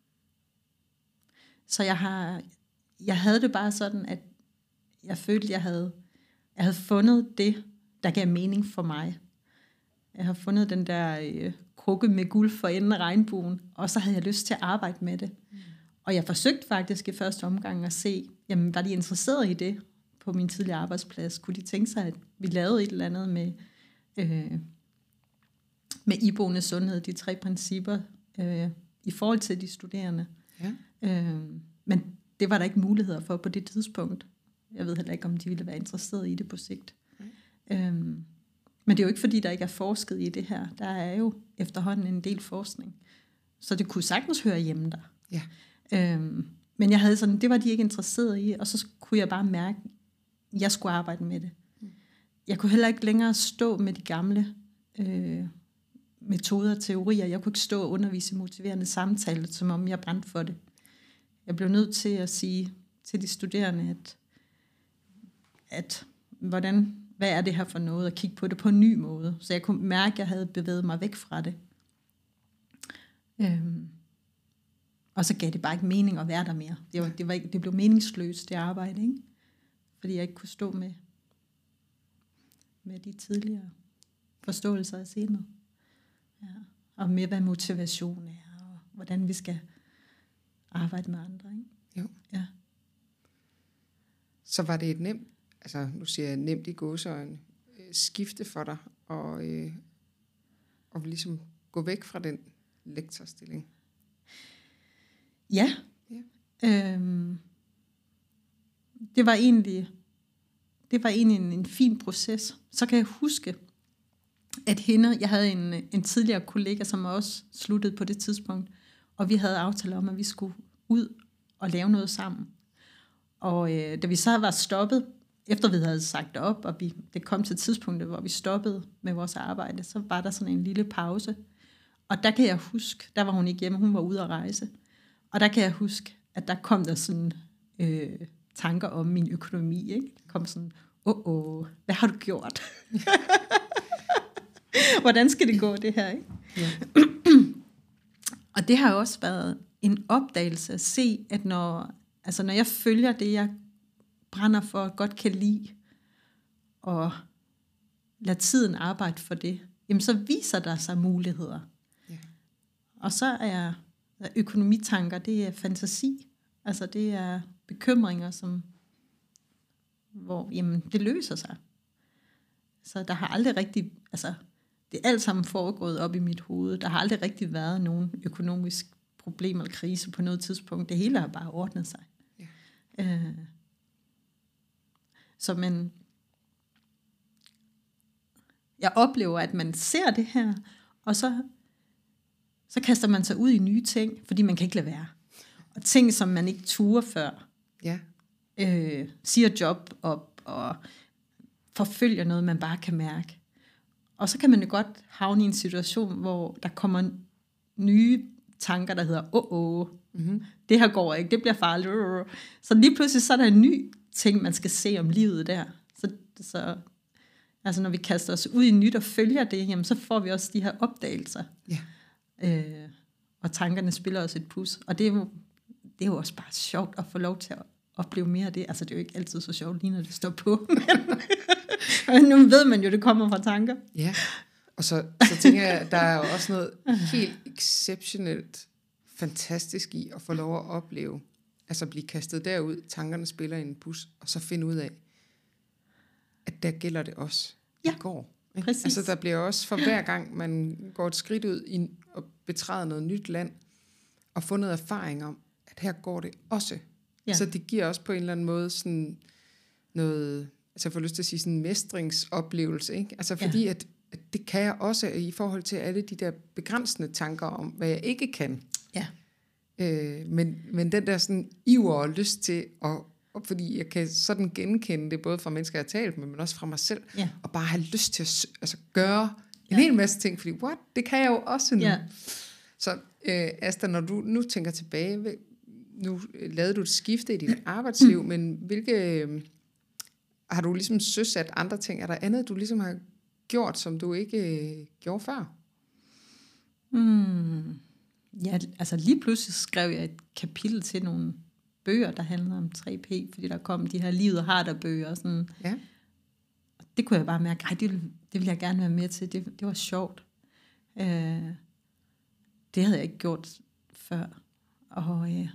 så jeg har, jeg havde det bare sådan, at jeg følte, jeg havde, jeg havde fundet det, der gav mening for mig. Jeg har fundet den der øh, krukke med guld for enden af regnbuen, og så havde jeg lyst til at arbejde med det. Mm. Og jeg forsøgte faktisk i første omgang at se, jamen, var de interesseret i det på min tidligere arbejdsplads? Kunne de tænke sig, at vi lavede et eller andet med, øh, med iboende sundhed, de tre principper, øh, i forhold til de studerende? Ja. Øh, men det var der ikke muligheder for på det tidspunkt. Jeg ved heller ikke, om de ville være interesseret i det på sigt. Mm. Øh, men det er jo ikke, fordi der ikke er forsket i det her. Der er jo efterhånden en del forskning. Så det kunne sagtens høre hjemme der. Ja. Øhm, men jeg havde sådan, det var de ikke interesseret i, og så kunne jeg bare mærke, at jeg skulle arbejde med det. Mm. Jeg kunne heller ikke længere stå med de gamle øh, metoder og teorier. Jeg kunne ikke stå og undervise i motiverende samtale, som om jeg brændte for det. Jeg blev nødt til at sige til de studerende, at, at hvordan, hvad er det her for noget, og kigge på det på en ny måde. Så jeg kunne mærke, at jeg havde bevæget mig væk fra det. Øhm. Og så gav det bare ikke mening at være der mere. Det, var, det, var ikke, det blev meningsløst, det arbejde, ikke? Fordi jeg ikke kunne stå med, med de tidligere forståelser af sindet. Ja. Og med, hvad motivation er, og hvordan vi skal arbejde med andre, ikke? Jo. Ja. Så var det et nemt, altså nu siger jeg nemt i gåseøjne, skifte for dig, og, øh, og ligesom gå væk fra den lektorstilling? Ja. ja. Øhm, det var egentlig det var egentlig en, en fin proces. Så kan jeg huske, at hende, jeg havde en, en tidligere kollega, som også sluttede på det tidspunkt, og vi havde aftalt om, at vi skulle ud og lave noget sammen. Og øh, da vi så var stoppet, efter vi havde sagt op, og vi, det kom til tidspunktet, hvor vi stoppede med vores arbejde, så var der sådan en lille pause. Og der kan jeg huske, der var hun ikke hjemme, hun var ude at rejse. Og der kan jeg huske, at der kom der sådan øh, tanker om min økonomi, ikke? Der kom sådan, åh, åh, hvad har du gjort? Hvordan skal det gå, det her, ikke? Ja. Og det har også været en opdagelse at se, at når, altså når jeg følger det, jeg brænder for, godt kan lide, og lade tiden arbejde for det, jamen så viser der sig muligheder. Ja. Og så er økonomitanker, det er fantasi. Altså det er bekymringer, som, hvor jamen, det løser sig. Så der har aldrig rigtig, altså det er alt sammen foregået op i mit hoved. Der har aldrig rigtig været nogen økonomisk problem eller krise på noget tidspunkt. Det hele har bare ordnet sig. Ja. Øh, så man, jeg oplever, at man ser det her, og så, så kaster man sig ud i nye ting, fordi man kan ikke lade være. Og ting, som man ikke turde før. Ja. Øh, siger job op, og forfølger noget, man bare kan mærke. Og så kan man jo godt havne i en situation, hvor der kommer nye tanker, der hedder, åh, åh, mm-hmm. det her går ikke, det bliver farligt. Så lige pludselig så er der en ny ting, man skal se om livet der. Så, så altså når vi kaster os ud i nyt og følger det, jamen, så får vi også de her opdagelser. Ja. Øh, og tankerne spiller os et pus. Og det er, jo, det er jo også bare sjovt at få lov til at opleve mere af det. Altså det er jo ikke altid så sjovt, lige når det står på. Men nu ved man jo, det kommer fra tanker. Ja, og så, så tænker jeg, der er jo også noget helt exceptionelt fantastisk i at få lov at opleve, altså blive kastet derud, tankerne spiller i en bus, og så finde ud af, at der gælder det også. Ja, det går. præcis. Altså der bliver også for hver gang, man går et skridt ud i, og betræder noget nyt land, og få noget erfaring om, at her går det også. Ja. Så det giver også på en eller anden måde sådan noget, altså jeg får lyst til at sige sådan en mestringsoplevelse, ikke? Altså fordi ja. at, at det kan jeg også i forhold til alle de der begrænsende tanker om, hvad jeg ikke kan. Ja. Øh, men, men den der sådan iver og lyst til at, og fordi jeg kan sådan genkende det, både fra mennesker, jeg har talt med, men også fra mig selv, ja. Og bare have lyst til at altså, gøre en ja. hel masse ting, fordi what, det kan jeg jo også nu. Ja. Så øh, Asta, når du nu tænker tilbage, nu lavede du et skifte i dit arbejdsliv, mm. men hvilke, øh, har du ligesom søsat andre ting? Er der andet, du ligesom har gjort, som du ikke øh, gjorde før? Mm. Ja, altså lige pludselig skrev jeg et kapitel til nogle bøger, der handlede om tre P, fordi der kom de her livet har der bøger og sådan. Ja. Det kunne jeg bare mærke, ej, det ville, det ville jeg gerne være med til. Det, det var sjovt. Øh, det havde jeg ikke gjort før. Og øh,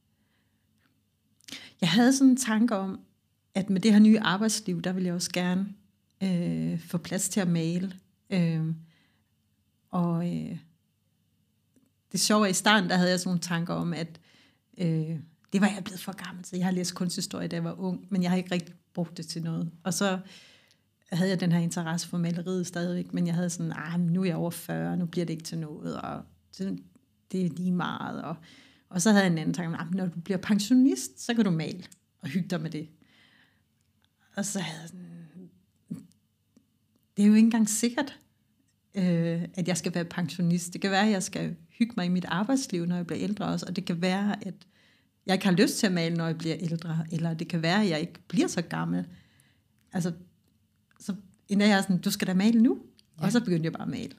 jeg havde sådan en tanke om, at med det her nye arbejdsliv, der ville jeg også gerne øh, få plads til at male. Øh, og øh, det sjove er, i starten, der havde jeg sådan nogle tanker om, at øh, det var jeg blevet for gammel til. Jeg har læst kunsthistorie, da jeg var ung, men jeg har ikke rigtig brugt det til noget. Og så havde jeg den her interesse for maleriet stadigvæk, men jeg havde sådan, ah, nu er jeg over fyrre, nu bliver det ikke til noget, og det, det er lige meget. Og, og så havde jeg en anden tanke, ah, når du bliver pensionist, så kan du male og hygge dig med det. Og så havde jeg sådan, det er jo ikke engang sikkert, øh, at jeg skal være pensionist. Det kan være, at jeg skal hygge mig i mit arbejdsliv, når jeg bliver ældre også, og det kan være, at jeg ikke har lyst til at male, når jeg bliver ældre, eller det kan være, at jeg ikke bliver så gammel. Altså, så en dag er jeg sådan, du skal da male nu, ja. Og så begyndte jeg bare at male.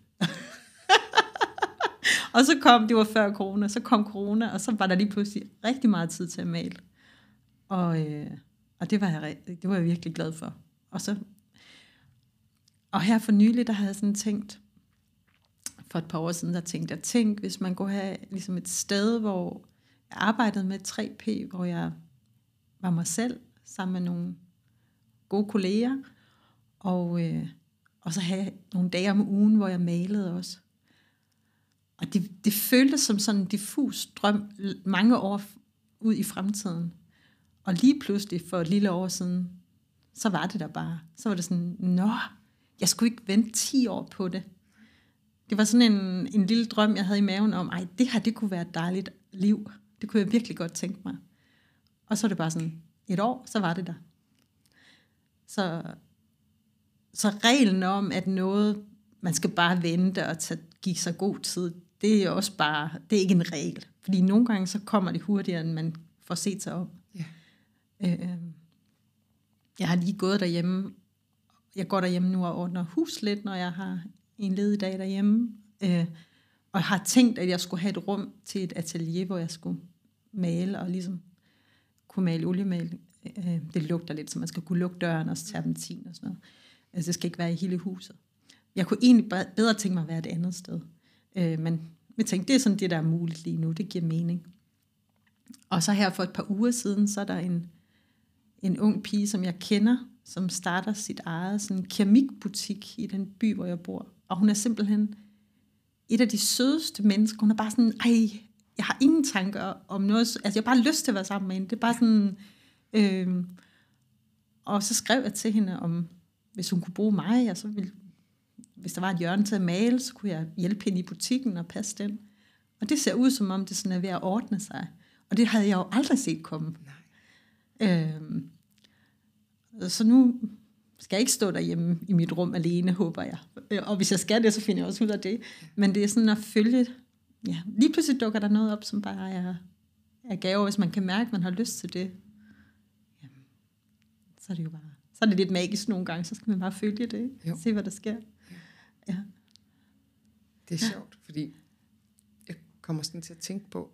Og så kom, det var før corona, så kom corona, og så var der lige pludselig rigtig meget tid til at male. Og, øh, og det var jeg, det var jeg virkelig glad for. Og så, og her for nylig, der havde jeg sådan tænkt, for et par år siden, der tænkte jeg, tænk, hvis man kunne have ligesom et sted, hvor jeg arbejdede med tre P, hvor jeg var mig selv, sammen med nogle gode kolleger, og, øh, og så have nogle dage om ugen, hvor jeg malede også. Og det, det føltes som sådan en diffus drøm mange år ud i fremtiden. Og lige pludselig for et lille år siden, så var det der bare. Så var det sådan, nå, jeg skulle ikke vente ti år på det. Det var sådan en, en lille drøm, jeg havde i maven om, ej, det her, det kunne være et dejligt liv. Det kunne jeg virkelig godt tænke mig. Og så er det bare sådan, et år, så var det der. Så, så reglen om, at noget, man skal bare vente og tage, give sig god tid, det er også bare, det er ikke en regel. Fordi nogle gange, så kommer det hurtigere, end man får set sig om. Yeah. Øh, jeg har lige gået derhjemme, jeg går derhjemme nu og ordner hus lidt, når jeg har en ledig dag derhjemme, øh, og har tænkt, at jeg skulle have et rum til et atelier, hvor jeg skulle male, og ligesom kunne male oliemaling. Øh, det lugter lidt, så man skal kunne lukke døren og terpentin og sådan noget. Altså, det skal ikke være i hele huset. Jeg kunne egentlig bedre tænke mig at være et andet sted. Øh, men jeg tænkte, det er sådan det, der er muligt lige nu. Det giver mening. Og så her for et par uger siden, så er der en, en ung pige, som jeg kender, som starter sit eget sådan keramikbutik i den by, hvor jeg bor. Og hun er simpelthen et af de sødeste mennesker. Hun er bare sådan, ej, jeg har ingen tanker om noget. Altså, jeg har bare lyst til at være sammen med hende. Det er bare sådan... Øh, og så skrev jeg til hende, om hvis hun kunne bruge mig, og så ville, hvis der var et hjørne til at male, så kunne jeg hjælpe hende i butikken og passe den. Og det ser ud, som om det sådan er ved at ordne sig. Og det havde jeg jo aldrig set komme. Nej. Øh, så nu skal jeg ikke stå derhjemme i mit rum alene, håber jeg. Og hvis jeg skal det, så finder jeg også ud af det. Men det er sådan at følge... Ja, lige pludselig dukker der noget op, som bare er, er gaver. Hvis man kan mærke, at man har lyst til det, jamen, så er det jo bare... Så er det lidt magisk nogle gange, så skal man bare følge det. Se, hvad der sker. Ja. Det er sjovt, fordi jeg kommer sådan til at tænke på,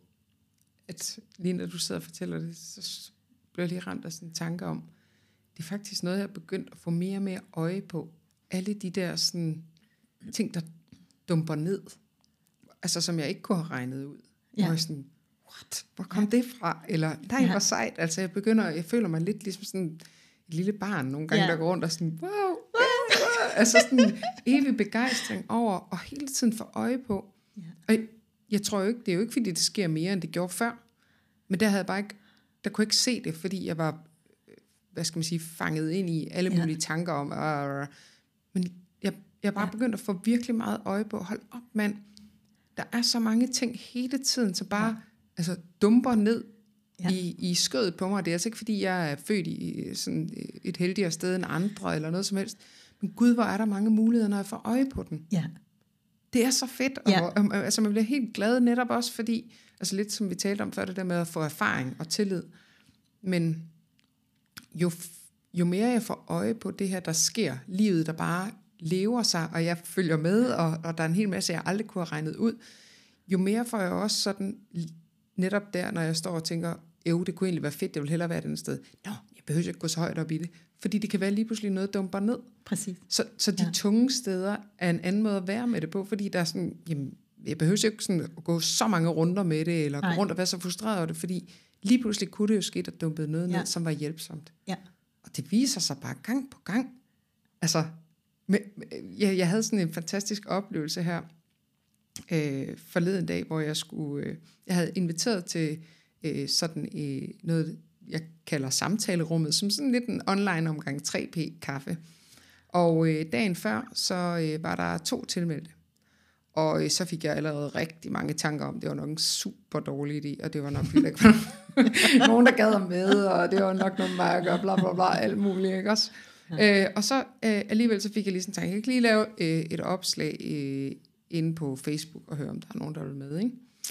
at lige når du sidder og fortæller det, så bliver jeg lige ramt af sådan en tanke om, det er faktisk noget, jeg er begyndt at få mere og mere øje på. Alle de der sådan, ting, der dumper ned. Altså, som jeg ikke kunne have regnet ud. Ja. Og jeg sådan, what? Hvor kom ja. det fra? Eller, nej, ja. hvor sejt. Altså, jeg begynder, jeg føler mig lidt ligesom sådan et lille barn nogle gange, ja. der går rundt og sådan, wow, wow, wow. Altså sådan evig begejstring over, og hele tiden få øje på. Ja. Og jeg, jeg tror jo ikke, det er jo ikke, fordi det sker mere, end det gjorde før. Men der havde jeg bare ikke, der kunne jeg ikke se det, fordi jeg var, hvad skal man sige, fanget ind i alle ja. mulige tanker om, uh, men jeg, jeg er bare ja. begyndt at få virkelig meget øje på, hold op, mand, der er så mange ting hele tiden, som bare ja. altså, dumper ned ja. i, i skødet på mig. Det er altså ikke, fordi jeg er født i sådan et heldigere sted end andre, eller noget som helst. Men Gud, hvor er der mange muligheder, når jeg får øje på den. Ja. Det er så fedt, og, ja. og, og altså, man bliver helt glad netop også, fordi, altså lidt som vi talte om før, det der med at få erfaring og tillid. Men jo, jo mere jeg får øje på det her, der sker, livet, der bare lever sig, og jeg følger med, og, og der er en hel masse, jeg aldrig kunne have regnet ud, jo mere får jeg også sådan, netop der, når jeg står og tænker, jo, det kunne egentlig være fedt, jeg vil hellere være et andet sted. Nå, jeg behøver ikke gå så højt op i det, fordi det kan være lige pludselig noget, der dumper ned. Præcis. Så, så de ja. tunge steder er en anden måde at være med det på, fordi der er sådan, jamen, jeg behøver ikke sådan at gå så mange runder med det, eller Nej. gå rundt og være så frustreret over det, fordi lige pludselig kunne det jo ske, at dumpede noget ja. ned, som var hjælpsomt. Ja. Og det viser sig bare gang på gang. Altså, med, jeg, jeg havde sådan en fantastisk oplevelse her øh, forleden dag, hvor jeg skulle, øh, jeg havde inviteret til øh, sådan øh, noget, jeg kalder samtalerummet, som sådan lidt en online omgang tre P kaffe. Og øh, dagen før, så øh, var der to tilmeldte. Og øh, så fik jeg allerede rigtig mange tanker om, det var nok en super dårlig idé, og det var nok heller ikke nogen, der gad med, og det var nok noget mærke, og bla bla bla, alt muligt, ikke også? Ja. Øh, og så øh, alligevel så fik jeg lige sådan en tanke, jeg kan lige lave øh, et opslag øh, inde på Facebook, og høre, om der er nogen, der vil med, ikke?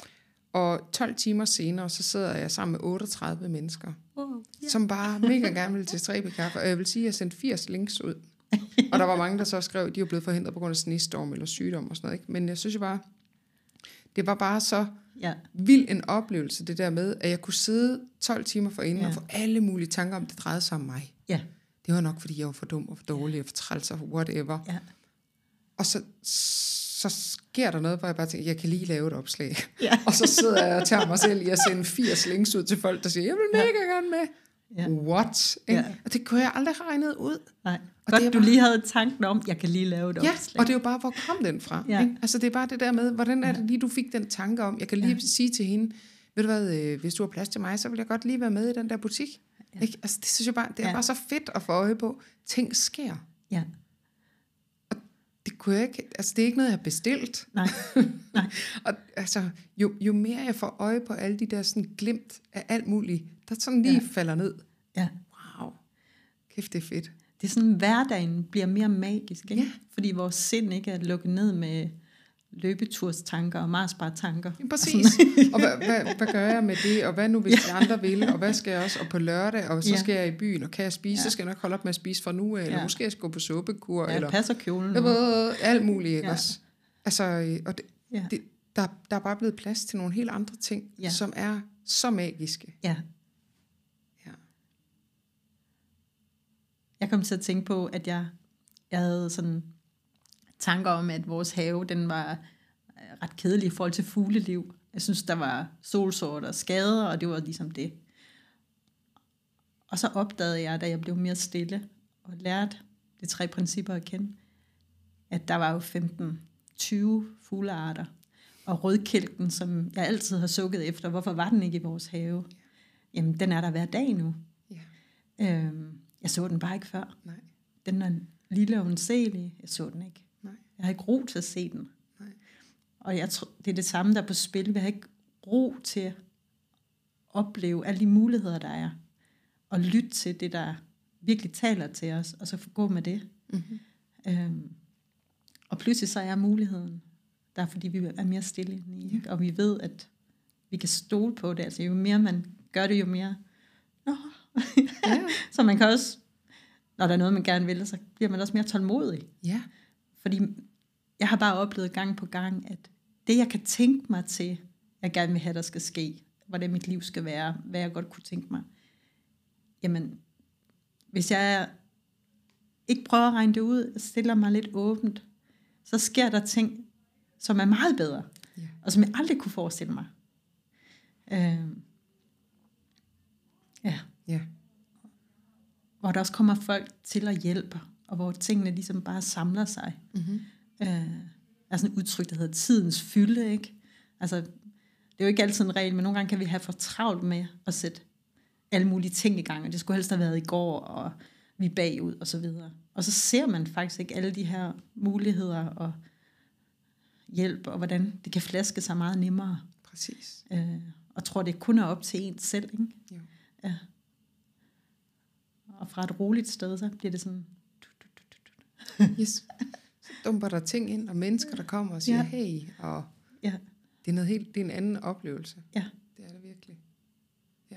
Og tolv timer senere, så sidder jeg sammen med otteogtredive mennesker, oh, yeah. som bare mega gerne vil til tre P kaffe, og jeg vil sige, at jeg sendte firs links ud. Og der var mange, der så skrev, at de var blevet forhindret på grund af snestorm eller sygdom og sådan noget, ikke? Men jeg synes jo bare, det var bare så ja. vild en oplevelse, det der med, at jeg kunne sidde tolv timer forinden ja. og få alle mulige tanker om, det drejede sig om mig. Ja. Det var nok, fordi jeg var for dum og for dårlig og for træls og whatever. Ja. Og så, så sker der noget, hvor jeg bare tænker, jeg kan lige lave et opslag. Ja. Og så sidder jeg og tager mig selv i at sende firs links ud til folk, der siger, jeg vil mega ja. gerne med. Ja. What? Ja. Og det kunne jeg aldrig have regnet ud. Nej. Og godt, det du bare... lige havde tanken om, jeg kan lige lave et ja, opslag. og det er jo bare, hvor kom den fra? Ja. Ikke? Altså det er bare det der med, hvordan er det lige, du fik den tanke om, jeg kan lige ja. sige til hende, ved du hvad, øh, hvis du har plads til mig, så vil jeg godt lige være med i den der butik. Ja. Ikke? Altså det synes jeg bare, det er ja. bare så fedt at få øje på. Ting sker. Ja. Og det kunne jeg ikke, altså det er ikke noget, jeg har bestilt. Nej. Nej. Og altså, jo, jo mere jeg får øje på alle de der sådan glimt af alt muligt, der sådan lige ja. falder ned. Ja. Wow. Kæft, det er fedt. Det er sådan, hverdagen bliver mere magisk, ikke? Ja. Fordi vores sind ikke er lukket ned med løbeturstanker og marsbar-tanker. Ja, præcis. Og hvad, hvad, hvad gør jeg med det? Og hvad nu, hvis ja. de andre vil? Og hvad skal jeg også? Og på lørdag, og så ja. skal jeg i byen, og kan jeg spise? Ja. Så skal jeg nok holde op med at spise fra nu af, eller ja. måske jeg skal gå på suppekur. Ja, eller passer kjolen. Jeg ved, alt muligt, ikke ja. også? Altså, og det, ja. det, der, der er bare blevet plads til nogle helt andre ting, ja. som er så magiske. Ja. Jeg kom til at tænke på, at jeg, jeg havde sådan tanker om, at vores have, den var ret kedelig i forhold til fugleliv. Jeg synes, der var solsorter og skader, og det var ligesom det. Og så opdagede jeg, da jeg blev mere stille, og lærte de tre principper at kende, at der var jo femten tyve fuglearter. Og rødkælken, som jeg altid har sukket efter, hvorfor var den ikke i vores have? Jamen, den er der hver dag nu. Ja. Øhm, jeg så den bare ikke før. Nej. Den er lille og undselig. Jeg så den ikke. Nej. Jeg har ikke ro til at se den. Nej. Og jeg tror, det er det samme, der er på spil. Vi har ikke ro til at opleve alle de muligheder, der er. Og lytte til det, der virkelig taler til os, og så gå med det. Mm-hmm. Øhm, og pludselig så er muligheden der, fordi vi er mere stille indeni, ikke? Og vi ved, at vi kan stole på det. Altså jo mere man gør det, jo mere Nå. Ja. Så man kan også, når der er noget, man gerne vil, så bliver man også mere tålmodig. Ja. Fordi jeg har bare oplevet gang på gang, at det, jeg kan tænke mig til, jeg gerne vil have, der skal ske, hvordan mit liv skal være, hvad jeg godt kunne tænke mig, jamen, hvis jeg ikke prøver at regne det ud, stiller mig lidt åbent, så sker der ting, som er meget bedre, ja. Og som jeg aldrig kunne forestille mig. Øh, ja. Ja. Hvor der også kommer folk til at hjælpe, og hvor tingene ligesom bare samler sig. Mm-hmm. Øh, der er sådan et udtryk, der hedder tidens fylde, ikke? Altså, det er jo ikke altid en regel, men nogle gange kan vi have for travlt med at sætte alle mulige ting i gang, og det skulle helst have været i går, og vi er bagud, og så videre. Og så ser man faktisk ikke alle de her muligheder, og hjælp, og hvordan det kan flaske sig meget nemmere. Præcis. Øh, og tror, det kun er op til en selv, ikke? Jo. Ja. Og fra et roligt sted, så bliver det sådan... Yes. Så dumper der ting ind, og mennesker, der kommer og siger, ja. Hey, og ja. Det er noget helt, det er en anden oplevelse. Ja. Det er det virkelig. Ja.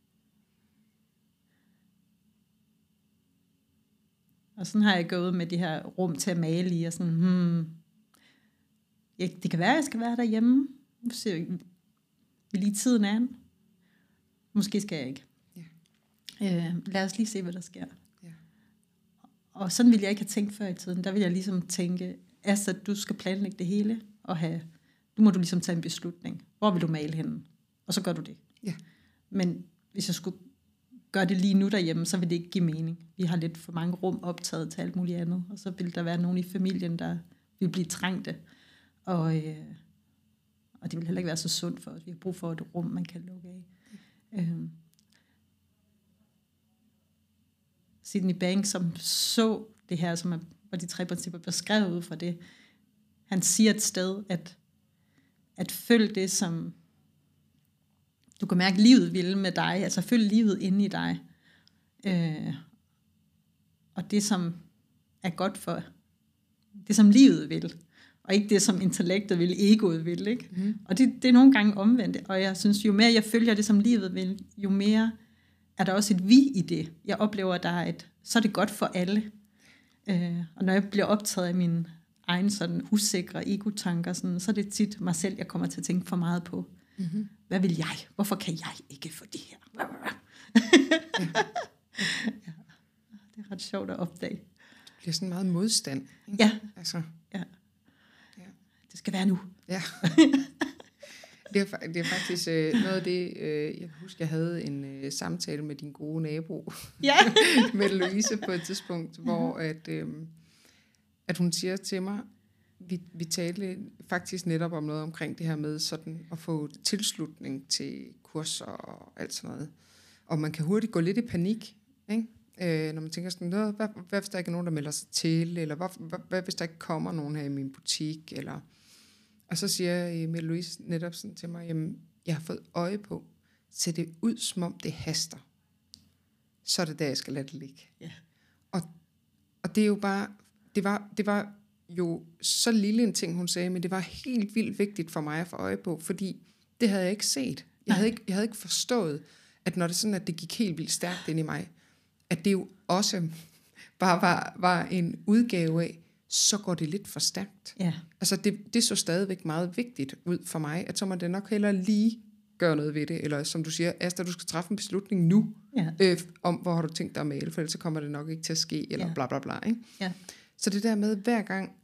Og sådan har jeg gået med de her rum til at male i, og sådan, hmm, ja, det kan være, at jeg skal være derhjemme. Nu ser vi lige tiden an. Måske skal jeg ikke. Ja. Øh, lad os lige se, hvad der sker. Ja. Og sådan ville jeg ikke have tænkt før i tiden. Der ville jeg ligesom tænke, altså, at du skal planlægge det hele, og have, nu må du ligesom tage en beslutning. Hvor vil du male henne? Og så gør du det. Ja. Men hvis jeg skulle gøre det lige nu derhjemme, så vil det ikke give mening. Vi har lidt for mange rum optaget til alt muligt andet, og så vil der være nogen i familien, der vil blive trængte. Og, øh, og det vil heller ikke være så sundt for os. Vi har brug for et rum, man kan lukke af. Mm. Øhm. Sydney Banks, som så det her, som er, hvor de tre principper beskrevet ud fra det, han siger et sted, at, at følg det, som du kan mærke, livet vil med dig, altså følg livet inde i dig. Øh, og det, som er godt for, det som livet vil, og ikke det, som intellektet vil, egoet vil, ikke? Mm. Og det, det er nogle gange omvendt, og jeg synes, jo mere jeg følger det, som livet vil, jo mere er der også et vi i det. Jeg oplever, at der er et, så er det godt for alle. Øh, og når jeg bliver optaget af mine egne sådan usikre egotanker, sådan, så er det tit mig selv, jeg kommer til at tænke for meget på. Mm-hmm. Hvad vil jeg? Hvorfor kan jeg ikke få det her? Ja. Ja, det er ret sjovt at opdage. Det bliver sådan meget modstand. Ikke? Ja. Altså. Ja. Ja. Det skal være nu. Ja. Det er, det er faktisk øh, noget af det, øh, jeg husker, jeg havde en øh, samtale med din gode nabo, ja. med Louise på et tidspunkt, hvor at, øh, at hun siger til mig, vi, vi talte faktisk netop om noget omkring det her med sådan at få tilslutning til kurser og alt sådan noget. Og man kan hurtigt gå lidt i panik, ikke? Øh, når man tænker sådan noget, hvad, hvad hvis der ikke er nogen, der melder sig til, eller hvad, hvad, hvad hvis der ikke kommer nogen her i min butik, eller... Og så siger Emil Louise netop sådan til mig, jamen, jeg har fået øje på, så det ud, som om det haster. Så er det der, jeg skal lade det ligge. Yeah. Og, og det er jo bare, det var, det var jo så lille en ting, hun sagde, men det var helt vildt vigtigt for mig at få øje på, fordi det havde jeg ikke set. Jeg havde ikke, jeg havde ikke forstået, at når det sådan, at det gik helt vildt stærkt ind i mig, at det jo også bare var, var en udgave af, så går det lidt for stærkt. Ja. Altså det, det så stadigvæk meget vigtigt ud for mig, at så må det nok hellere lige gøre noget ved det, eller som du siger, Asta, du skal træffe en beslutning nu, ja. øh, om hvor har du tænkt dig at male, for ellers så kommer det nok ikke til at ske, eller ja. bla bla bla. Ikke? Ja. Så det der med hver gang,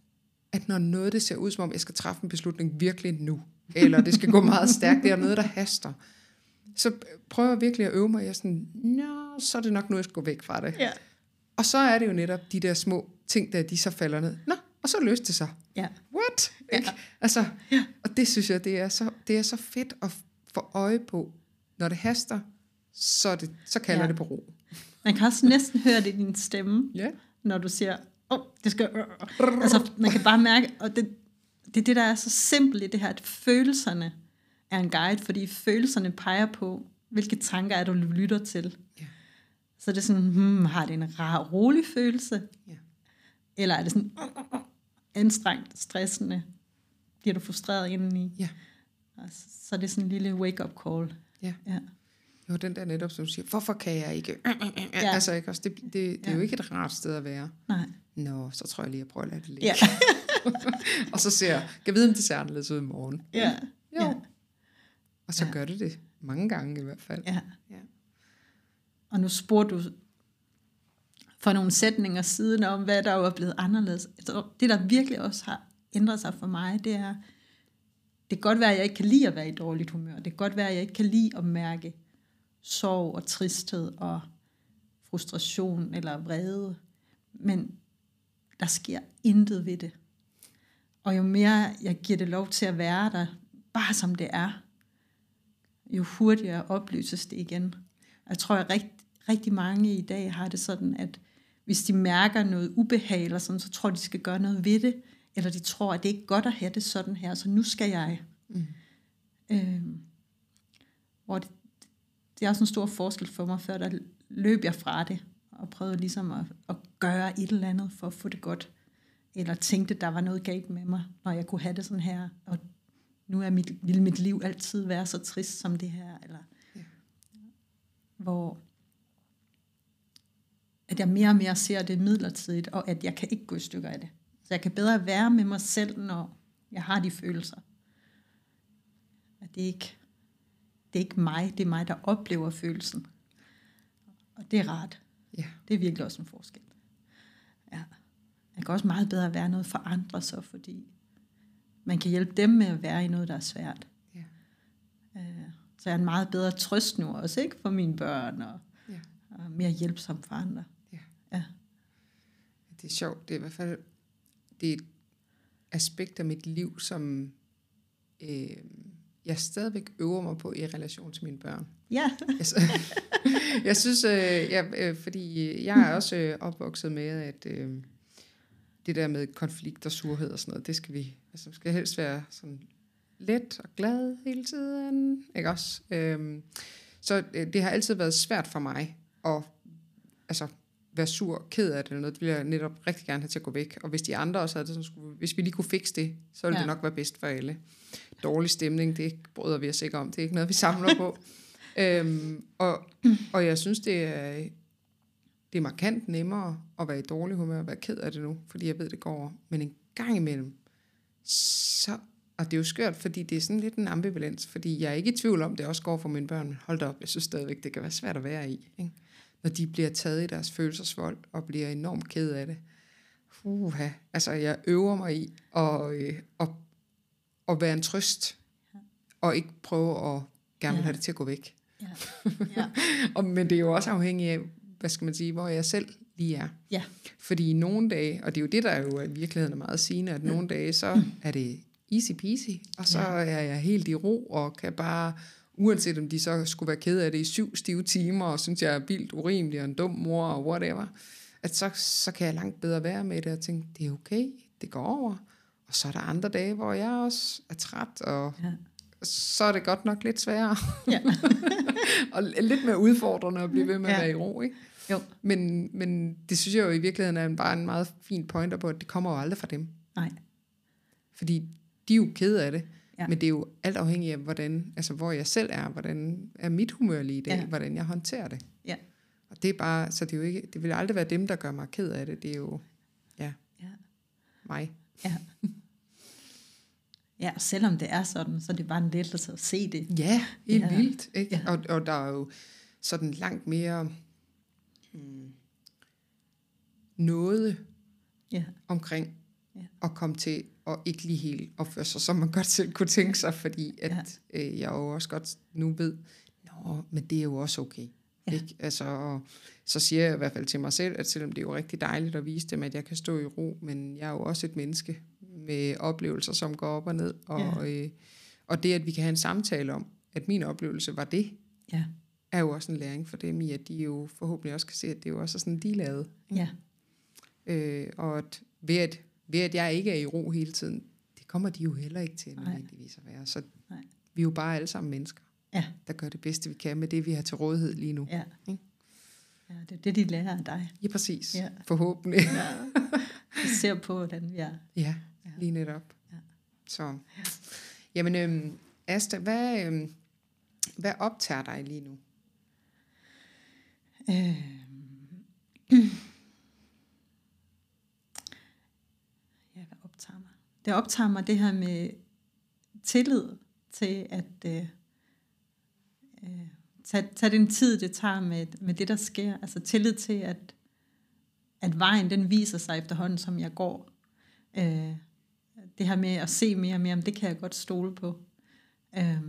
at når noget det ser ud, som om jeg skal træffe en beslutning virkelig nu, eller det skal gå meget stærkt, det er noget, der haster, så prøver jeg virkelig at øve mig, og jeg er sådan, nå, så er det nok nu, jeg skal gå væk fra det. Ja. Og så er det jo netop de der små ting, der de så falder ned. Nå, og så løste det sig. Ja. What? Ja. Altså, Ja. og det synes jeg, det er, så, det er så fedt at få øje på. Når det haster, så, det, så kalder Ja. det på ro. Man kan også næsten høre det i din stemme, Ja. når du siger, åh, oh, det skal... Altså, man kan bare mærke, og det, det er det, der er så simpelt i det her, at følelserne er en guide, fordi følelserne peger på, hvilke tanker er du lytter til. Ja. Så det er sådan, hmm, har det en rar, rolig følelse? Ja. Eller er det sådan uh, uh, uh, anstrengt, stressende? Bliver du frustreret indeni? Ja. Altså, så er det sådan en lille wake-up call. Ja. Ja. Jo, den der netop, som du siger, hvorfor kan jeg ikke? Ja. Altså, ikke også? Det, det, det er Ja. jo ikke et rart sted at være. Nej. Nå, så tror jeg lige, jeg prøver at lade det ligge. Ja. Og så ser jeg, kan jeg vide, om det ser anderledes ud i morgen? Ja. Jo. Ja. Og så Ja. gør det det. Mange gange i hvert fald. Ja. Ja. Og nu spurgte du for nogle sætninger siden om, hvad der er blevet anderledes. Det, der virkelig også har ændret sig for mig, det er, det kan godt være, at jeg ikke kan lide at være i dårligt humør. Det kan godt være, at jeg ikke kan lide at mærke sorg og tristhed og frustration eller vrede. Men der sker intet ved det. Og jo mere jeg giver det lov til at være der, bare som det er, jo hurtigere opløses det igen. Jeg tror, at rigtig, rigtig mange i dag har det sådan, at hvis de mærker noget ubehag, eller sådan, så tror de, de skal gøre noget ved det, eller de tror, at det ikke er godt at have det sådan her, så nu skal jeg. Mm. Øhm, hvor det, det er også en stor forskel for mig, før der løb jeg fra det, og prøvede ligesom at, at gøre et eller andet for at få det godt, eller tænkte, der var noget galt med mig, når jeg kunne have det sådan her, og nu er mit, vil mit liv altid være så trist som det her, eller Ja. hvor at jeg mere og mere ser det midlertidigt, og at jeg kan ikke gå i stykker af det. Så jeg kan bedre være med mig selv, når jeg har de følelser. At det ikke, det er ikke mig, det er mig, der oplever følelsen. Og det er rart. Ja. Det er virkelig også en forskel. Ja. Jeg kan også meget bedre være noget for andre, så fordi man kan hjælpe dem med at være i noget, der er svært. Ja. Øh, så jeg er en meget bedre trøst nu også, ikke? For mine børn, og, Ja. og mere hjælpsom for andre. Ja. Ja. Det er sjovt. Det er i hvert fald det er et aspekt af mit liv, som øh, jeg stadigvæk øver mig på i relation til mine børn. Ja. Altså, jeg synes, øh, jeg, øh, fordi jeg er også øh, opvokset med, at øh, det der med konflikt og surhed og sådan noget, det skal vi, altså skal helst være sådan let og glad hele tiden, ikke også? Øh, så øh, det har altid været svært for mig at altså, være sur og ked af det eller noget. Det ville jeg netop rigtig gerne have til at gå væk. Og hvis de andre også havde det, så skulle, hvis vi lige kunne fikse det, så ville ja. det nok være bedst for alle. Dårlig stemning, det bryder vi os ikke om. Det er ikke noget, vi samler på. øhm, og, og jeg synes, det er, det er markant nemmere at være i dårlig humør og være ked af det nu, fordi jeg ved, det går over. Men en gang imellem, så, og det er jo skørt, fordi det er sådan lidt en ambivalens, fordi jeg er ikke i tvivl om, det også går for mine børn, men hold da op, jeg synes stadigvæk, det kan være svært at være i, ikke? Når de bliver taget i deres følelsesvold og bliver enormt ked af det. Uha, altså jeg øver mig i at, øh, at, at være en trøst, og ikke prøve at gerne Ja. have det til at gå væk. Ja. Ja. og, men det er jo også afhængigt af, hvad skal man sige, hvor jeg selv lige er. Ja. Fordi nogle dage, og det er jo det, der jo i virkeligheden er meget sigende, at nogle dage, så er det easy peasy, og så Ja. er jeg helt i ro, og kan bare, uanset om de så skulle være ked af det i syv stive timer, og synes, jeg er vildt urimelig, og en dum mor, og whatever, at så, så kan jeg langt bedre være med det, og tænke, det er okay, det går over. Og så er der andre dage, hvor jeg også er træt, og Ja. så er det godt nok lidt sværere. Ja. og lidt mere udfordrende at blive ved med at Ja. være i ro, ikke? Jo. Men, men det synes jeg jo i virkeligheden er bare en meget fin pointer på, at det kommer jo aldrig fra dem. Nej. Fordi de er jo kede af det, Ja. men det er jo alt afhængigt af, hvordan, altså hvor jeg selv er, hvordan er mit humør lige i dag, Ja. hvordan jeg håndterer det. Ja. Og det er bare, så det er jo ikke, det vil aldrig være dem, der gør mig ked af det, det er jo, ja, Ja. mig. Ja. Ja, og selvom det er sådan, så er det bare en lettelse at se det. Ja, helt Ja. vildt, ikke? Ja. Og, og der er jo sådan langt mere hmm, noget Ja. omkring Ja. Og komme til at ikke lige helt opføre sig, som man godt selv kunne tænke sig, fordi at ja. øh, jeg jo også godt nu ved, nå, men det er jo også okay. Ja. Ikke? Altså, og så siger jeg i hvert fald til mig selv, at selvom det er jo rigtig dejligt at vise dem, at jeg kan stå i ro, men jeg er jo også et menneske med oplevelser, som går op og ned, og, ja. øh, og det, at vi kan have en samtale om, at min oplevelse var det, ja. er jo også en læring for dem i, at de jo forhåbentlig også kan se, at det jo også er sådan, de lavede. Ja. Øh, og at ved, at ved at jeg ikke er i ro hele tiden, det kommer de jo heller ikke til nødvendigvis at være. Så Nej. vi er jo bare alle sammen mennesker, ja. der gør det bedste, vi kan med det, vi har til rådighed lige nu. Ja, ja det er det, de lærer af dig. Ja, præcis. Ja. Forhåbentlig. Ja. Vi ser på, hvordan vi er. Ja, ja. lige netop. Ja. Så, jamen, øhm, Asta, hvad, øhm, hvad optager dig lige nu? Øh. Ja, hvad optager mig? Det optager mig det her med tillid til at øh, øh, tage, tage den tid, det tager med, med det, der sker. Altså tillid til, at, at vejen, den viser sig efterhånden, som jeg går. Øh, det her med at se mere og mere, det kan jeg godt stole på. Øh,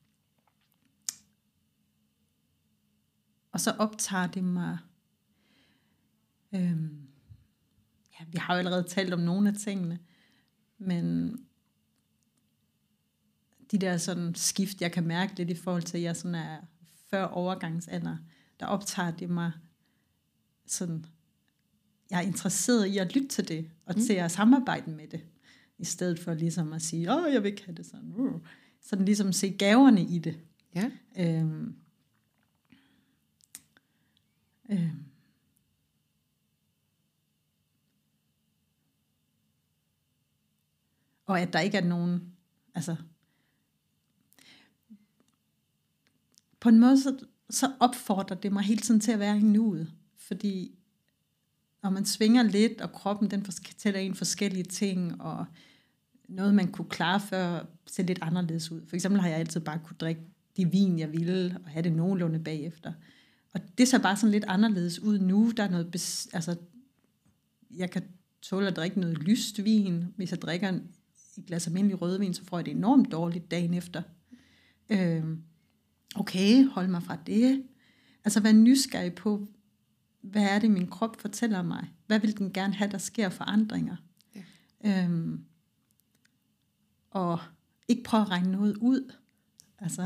og så optager det mig... Øh, ja, vi har jo allerede talt om nogle af tingene, men de der sådan skift, jeg kan mærke lidt i forhold til, at jeg sådan er før overgangsalder, der optager det mig sådan, jeg er interesseret i at lytte til det, og til at samarbejde med det, i stedet for ligesom at sige, åh, jeg vil ikke have det sådan. Uh. Sådan ligesom se gaverne i det. Ja. Øhm, øhm, Og at der ikke er nogen, altså, på en måde, så, så opfordrer det mig hele tiden til at være i nuet, fordi når man svinger lidt, og kroppen den fortæller en forskellige ting, og noget man kunne klare før, ser lidt anderledes ud. For eksempel har jeg altid bare kunne drikke de vin, jeg ville, og have det nogenlunde bagefter. Og det ser bare sådan lidt anderledes ud nu. Der er noget, bes- altså, jeg kan tåle at drikke noget lyst vin, hvis jeg drikker et glas almindelig rødvin, så får jeg det enormt dårligt dagen efter. Øh, okay, hold mig fra det. Altså vær nysgerrig på, hvad er det, min krop fortæller mig? Hvad vil den gerne have, der sker forandringer? Ja. Øh, og ikke prøve at regne noget ud. Altså,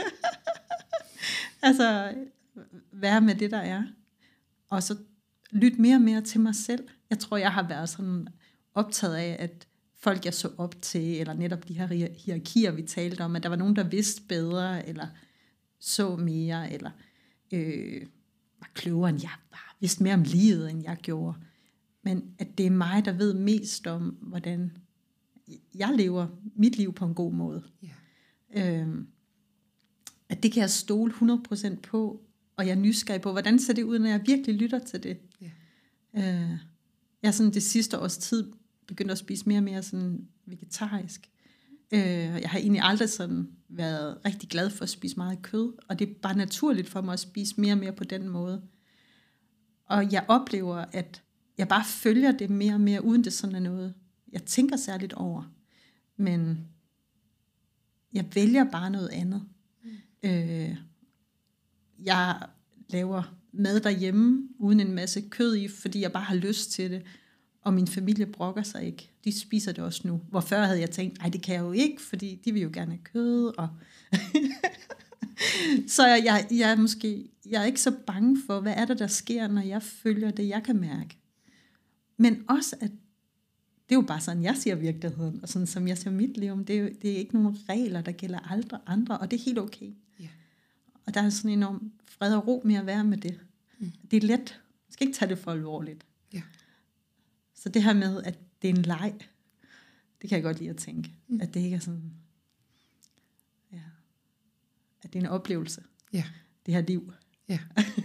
altså være med det, der er. Og så lyt mere og mere til mig selv. Jeg tror, jeg har været sådan optaget af, at folk, jeg så op til, eller netop de her hierarkier, vi talte om, at der var nogen, der vidste bedre, eller så mere, eller øh, var klogere, end jeg var, vidste mere om livet, end jeg gjorde. Men at det er mig, der ved mest om, hvordan jeg lever mit liv på en god måde. Yeah. Øh, at det kan jeg stole hundrede procent på, og jeg er nysgerrig på, hvordan ser det ud, når jeg virkelig lytter til det. Yeah. Øh, jeg er sådan det sidste års tid begyndt at spise mere og mere sådan vegetarisk. Øh, jeg har egentlig aldrig sådan været rigtig glad for at spise meget kød, og det er bare naturligt for mig at spise mere og mere på den måde. Og jeg oplever, at jeg bare følger det mere og mere, uden det sådan er noget, jeg tænker særligt over. Men jeg vælger bare noget andet. Mm. Øh, jeg laver mad derhjemme, uden en masse kød i, fordi jeg bare har lyst til det. Og min familie brokker sig ikke. De spiser det også nu. Hvor før havde jeg tænkt, nej, det kan jeg jo ikke, fordi de vil jo gerne have kød. Og så jeg, jeg er måske jeg er ikke så bange for, hvad er det, der sker, når jeg følger det, jeg kan mærke. Men også, at det er jo bare sådan, jeg ser virkeligheden, og sådan som jeg ser mit liv. Det er, jo, det er ikke nogen regler, der gælder andre, andre, og det er helt okay. Yeah. Og der er sådan en enorm fred og ro med at være med det. Mm. Det er let. Man skal ikke tage det for alvorligt. Yeah. Så det her med, at det er en leg, det kan jeg godt lide at tænke. Mm. At det ikke er sådan, ja, at det er en oplevelse. Yeah. Det her liv. Yeah.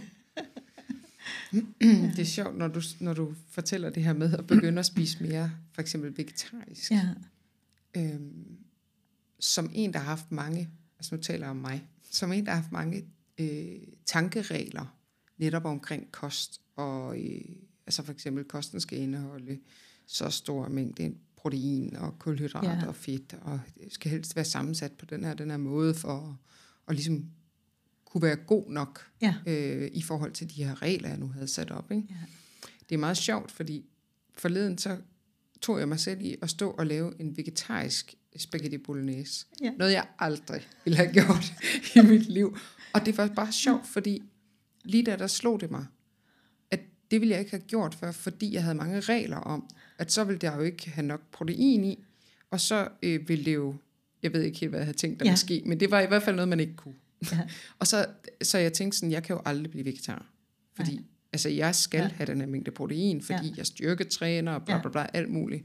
Det er sjovt, når du, når du fortæller det her med at begynde at spise mere, for eksempel vegetarisk. Ja. Øhm, som en, der har haft mange, altså nu taler jeg om mig, som en, der har haft mange øh, tankeregler netop omkring kost, og øh, altså for eksempel kosten skal indeholde så stor mængde protein og kulhydrater ja. og fedt, og det skal helst være sammensat på den her, den her måde, for at, at ligesom kunne være god nok ja. øh, i forhold til de her regler, jeg nu havde sat op. Ikke? Ja. Det er meget sjovt, fordi forleden så tog jeg mig selv i at stå og lave en vegetarisk spaghetti bolognese. Ja. Noget jeg aldrig ville have gjort i mit liv. Og det var bare sjovt, fordi lige da der slog det mig, at det ville jeg ikke have gjort før, fordi jeg havde mange regler om, at så ville jeg jo ikke have nok protein i, og så øh, ville det jo, jeg ved ikke helt, hvad jeg havde tænkt, der ja. ville ske, men det var i hvert fald noget, man ikke kunne. Ja. Og så, så jeg tænkte sådan, jeg kan jo aldrig blive vegetar, fordi Nej. altså, jeg skal ja. have den her mængde protein, fordi ja. jeg styrketræner og bla bla bla, alt muligt.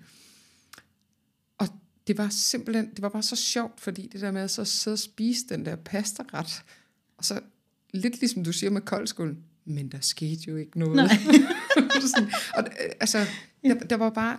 Og det var simpelthen, det var bare så sjovt, fordi det der med at så sidde og spise den der pastaret, og så lidt ligesom du siger med koldskålen, men der skete jo ikke noget. Sådan, og, altså, der, der var bare,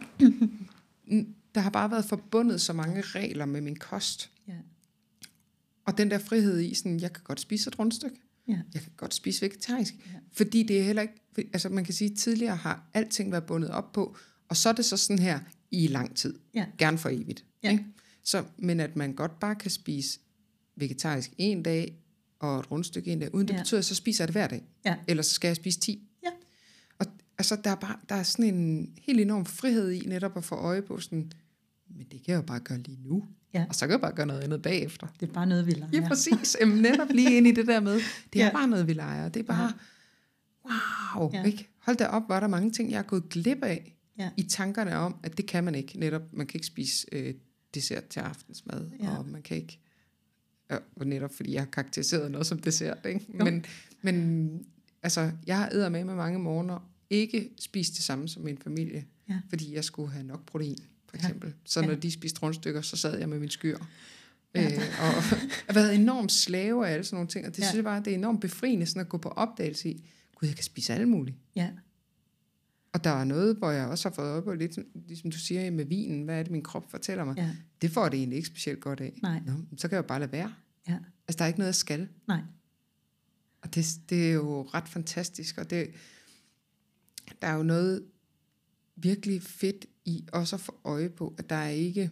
der har bare været forbundet så mange regler med min kost. Ja. Og den der frihed i, sådan, jeg kan godt spise et rundstykke. Ja. Jeg kan godt spise vegetarisk. Ja. Fordi det er heller ikke, altså man kan sige, tidligere har alting været bundet op på, og så er det så sådan her i lang tid. Ja. Gerne for evigt. Ja. Ikke? Så, men at man godt bare kan spise vegetarisk en dag, og et rundstykke en dag, uden det ja. betyder, at så spiser jeg det hver dag. Ja. Ellers så skal jeg spise ti. Ja. Og altså, der er, bare, der er sådan en helt enorm frihed i netop at få øje på sådan, men det kan jeg jo bare gøre lige nu. Ja. Og så kan jeg bare gøre noget andet bagefter. Det er bare noget, vi leger. Ja, præcis. Jamen, netop lige ind i det der med, det ja. er bare noget, vi leger. Det er bare, wow. Ja. Ikke? Hold da op, var der mange ting, jeg har gået glip af, ja. i tankerne om, at det kan man ikke. Netop, man kan ikke spise øh, dessert til aftensmad, ja. og man kan ikke, og netop fordi jeg har karakteriseret noget som dessert, ikke? Men, men altså, jeg har eddermame med mange morgener ikke spist det samme som min familie, ja. fordi jeg skulle have nok protein, for eksempel. Ja. Så når ja. de spiste rundstykker, så sad jeg med min skyr. Ja. Øh, og jeg har været enormt slave af alle sådan nogle ting, og det ja. synes jeg bare, det er enormt befriende sådan at gå på opdagelse i, gud, jeg kan spise alle muligt. Ja. Og der er noget, hvor jeg også har fået øje på, lidt ligesom du siger med vinen, hvad er det, min krop fortæller mig? Ja. Det får det egentlig ikke specielt godt af. Nej. Nå, så kan jeg jo bare lade være. Ja. Altså, der er ikke noget, jeg skal. Nej. Og det, det er jo ret fantastisk, og det, der er jo noget virkelig fedt i også at få øje på, at der er ikke,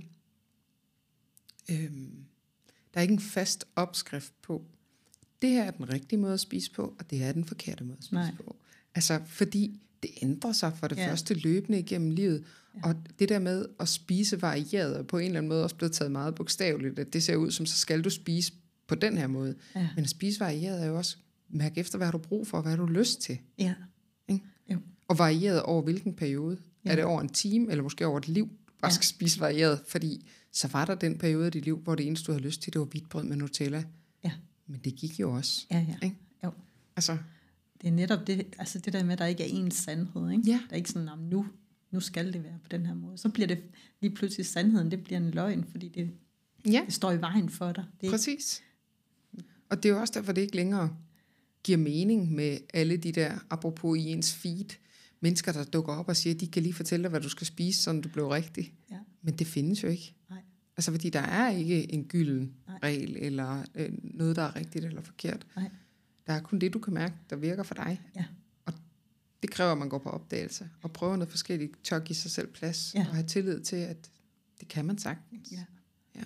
øhm, der er ikke en fast opskrift på, det her er den rigtige måde at spise på, og det her er den forkerte måde at spise Nej. på. Altså, fordi det ændrer sig for det ja. første løbende igennem livet, ja. og det der med at spise varieret, og på en eller anden måde også blevet taget meget bogstaveligt, at det ser ud som, så skal du spise på den her måde. Ja. Men at spise varieret er jo også, mærke efter, hvad har du brug for, hvad har du lyst til. Ja. Jo. Og varieret over hvilken periode. Ja. Er det over en time, eller måske over et liv, du bare ja. skal spise varieret, fordi så var der den periode af dit liv, hvor det eneste, du havde lyst til, det var hvidtbrød med Nutella. Ja. Men det gik jo også. Ja, ja. Ikke? Jo. Altså, det er netop det, altså det der med, at der ikke er én sandhed. Ikke? Ja. Der er ikke sådan, nu, nu skal det være på den her måde. Så bliver det lige pludselig sandheden, det bliver en løgn, fordi det, ja. det står i vejen for dig. Det Præcis. Og det er jo også derfor, det ikke længere giver mening med alle de der, apropos i ens feed, mennesker, der dukker op og siger, de kan lige fortælle dig, hvad du skal spise, så du bliver rigtig. Ja. Men det findes jo ikke. Nej. Altså, fordi der er ikke en gylden Nej. regel, eller øh, noget, der er rigtigt eller forkert. Nej. Der er kun det, du kan mærke, der virker for dig. Ja. Og det kræver, at man går på opdagelse, og prøver noget forskelligt, tør give sig selv plads, ja. og have tillid til, at det kan man sagtens. Ja. Ja.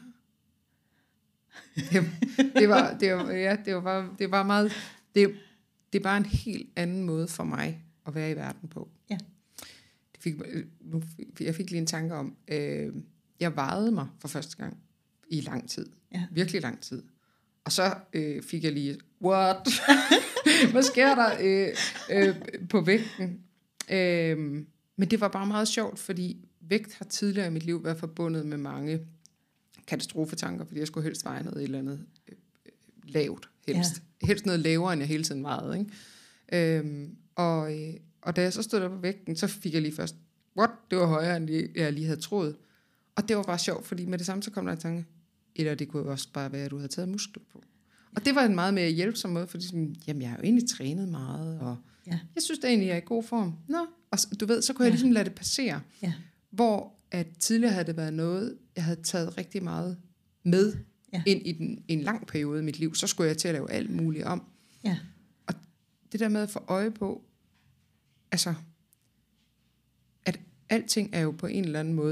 Det, det, var, det, var, ja, det, var bare, det var meget, det, det er bare en helt anden måde for mig, at være i verden på. Ja. Det fik, nu, jeg fik lige en tanke om, øh, jeg vejede mig for første gang i lang tid. Ja. Virkelig lang tid. Og så øh, fik jeg lige, what? Hvad sker der øh, øh, på vægten? Øh, men det var bare meget sjovt, fordi vægt har tidligere i mit liv været forbundet med mange katastrofetanker, fordi jeg skulle helst veje noget et eller andet øh, lavt, helst. Ja. Helst noget lavere, end jeg hele tiden vejede, ikke? Øh, og, øh, og da jeg så stod der på vægten, så fik jeg lige først, what? Det var højere, end jeg lige havde troet. Og det var bare sjovt, fordi med det samme, så kom der en tanke, eller det kunne også bare være, at du havde taget muskler på. Og det var en meget mere hjælpsom måde, fordi sådan, jamen, jeg har jo egentlig trænet meget, og ja. jeg synes det egentlig, jeg er i god form. Nå, og du ved, så kunne ja. jeg ligesom lade det passere. Ja. Hvor at tidligere havde det været noget, jeg havde taget rigtig meget med ja. ind i den, en lang periode i mit liv. Så skulle jeg til at lave alt muligt om. Ja. Og det der med at få øje på, altså, at alting er jo på en eller anden måde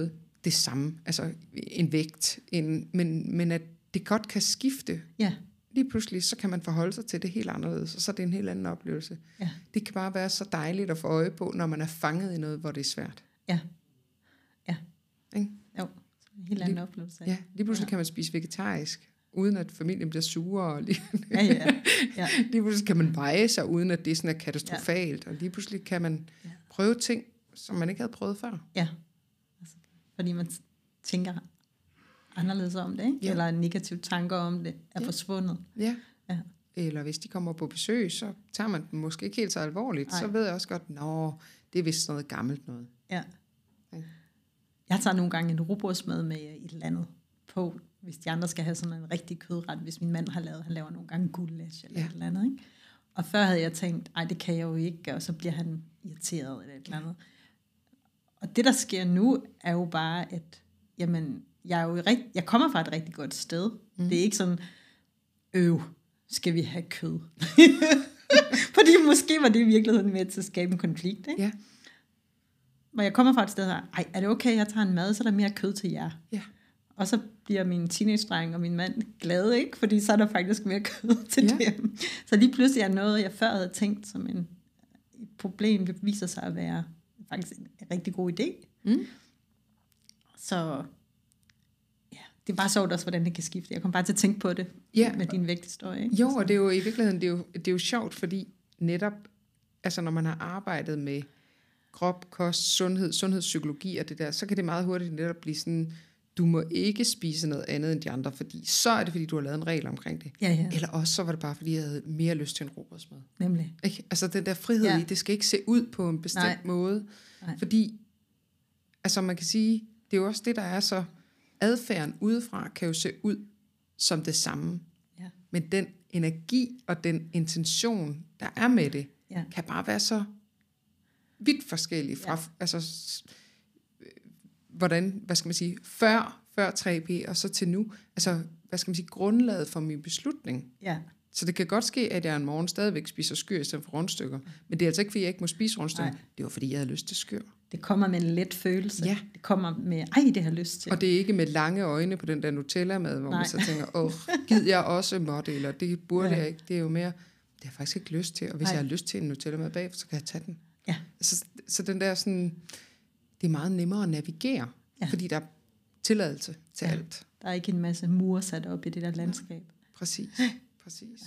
det samme, altså en vægt, en, men, men at det godt kan skifte. Ja. Lige pludselig, så kan man forholde sig til det helt anderledes, og så er det en helt anden oplevelse. Ja. Det kan bare være så dejligt at få øje på, når man er fanget i noget, hvor det er svært. Ja. Ja. Ikke? Jo, en helt anden oplevelse. Ja, lige pludselig ja. kan man spise vegetarisk, uden at familien bliver sure. Og lige, ja, ja. Ja. lige pludselig kan man veje sig, uden at det sådan er katastrofalt. Ja. Og lige pludselig kan man ja. prøve ting, som man ikke havde prøvet før. Ja, altså, fordi man tænker anderledes om det, ikke? Ja. Eller negative tanker om det er ja. forsvundet. Ja. Ja. Eller hvis de kommer på besøg, så tager man dem måske ikke helt så alvorligt. Ej. Så ved jeg også godt, nå, det er vist noget gammelt noget. Ja. Ja. Jeg tager nogle gange en rugbrødsmad med et eller andet på, hvis de andre skal have sådan en rigtig kødret. Hvis min mand har lavet, han laver nogle gange gullasch eller ja. et eller andet, ikke? Og før havde jeg tænkt, ej, det kan jeg jo ikke, og så bliver han irriteret eller et eller andet. Og det, der sker nu, er jo bare, at jamen, jeg, er jo rigt, jeg kommer fra et rigtig godt sted. Mm. Det er ikke sådan, øv, skal vi have kød? Fordi måske var det i virkeligheden med til at skabe en konflikt, ikke? Ja. Hvor jeg kommer fra et sted her, ej, er det okay, jeg tager en mad, så er der mere kød til jer. Ja. Og så bliver min teenage-dreng og min mand glade, ikke? Fordi så er der faktisk mere kød til ja. dem. Så lige pludselig er noget, jeg før havde tænkt som en problem, det viser sig at være faktisk en rigtig god idé. Mm. Så ja, det er bare sjovt også, hvordan det kan skifte. Jeg kom bare til at tænke på det ja. med din vægthistorie. Ikke? Jo, og det er jo i virkeligheden, det er jo, det er jo sjovt, fordi netop, altså når man har arbejdet med krop, kost, sundhed, sundhedspsykologi og det der, så kan det meget hurtigt netop blive sådan, du må ikke spise noget andet end de andre, fordi så er det, fordi du har lavet en regel omkring det. Ja, ja. Eller også så var det bare, fordi jeg havde mere lyst til en rugbrødsmad. Nemlig. Ikke? Altså den der frihed ja. i, det skal ikke se ud på en bestemt Nej. måde. Nej. Fordi, altså man kan sige, det er jo også det, der er så, adfærden udefra kan jo se ud som det samme. Ja. Men den energi og den intention, der er med det, ja. kan bare være så vidt forskellig fra, ja. altså hvordan, hvad skal man sige, før, før tre P og så til nu, altså, hvad skal man sige, grundlaget for min beslutning. Ja. Så det kan godt ske, at jeg en morgen stadigvæk spiser skyr i stedet for rundstykker, men det er altså ikke, fordi jeg ikke må spise rundstykker, Nej. det var fordi, jeg havde lyst til skyr. Det kommer med en let følelse. Ja. Det kommer med, ej, det har jeg lyst til. Og det er ikke med lange øjne på den der Nutella-mad, hvor Nej. man så tænker, åh, gider jeg også måtte, eller det burde ja. jeg ikke. Det er jo mere, det har jeg faktisk ikke lyst til, og hvis Nej. jeg har lyst til en Nutella-mad bagefter, så kan jeg tage den. Ja. Så, så den der sådan, det er meget nemmere at navigere, ja. fordi der er tilladelse til ja. alt. Der er ikke en masse mure sat op i det der landskab. Ja, præcis, præcis.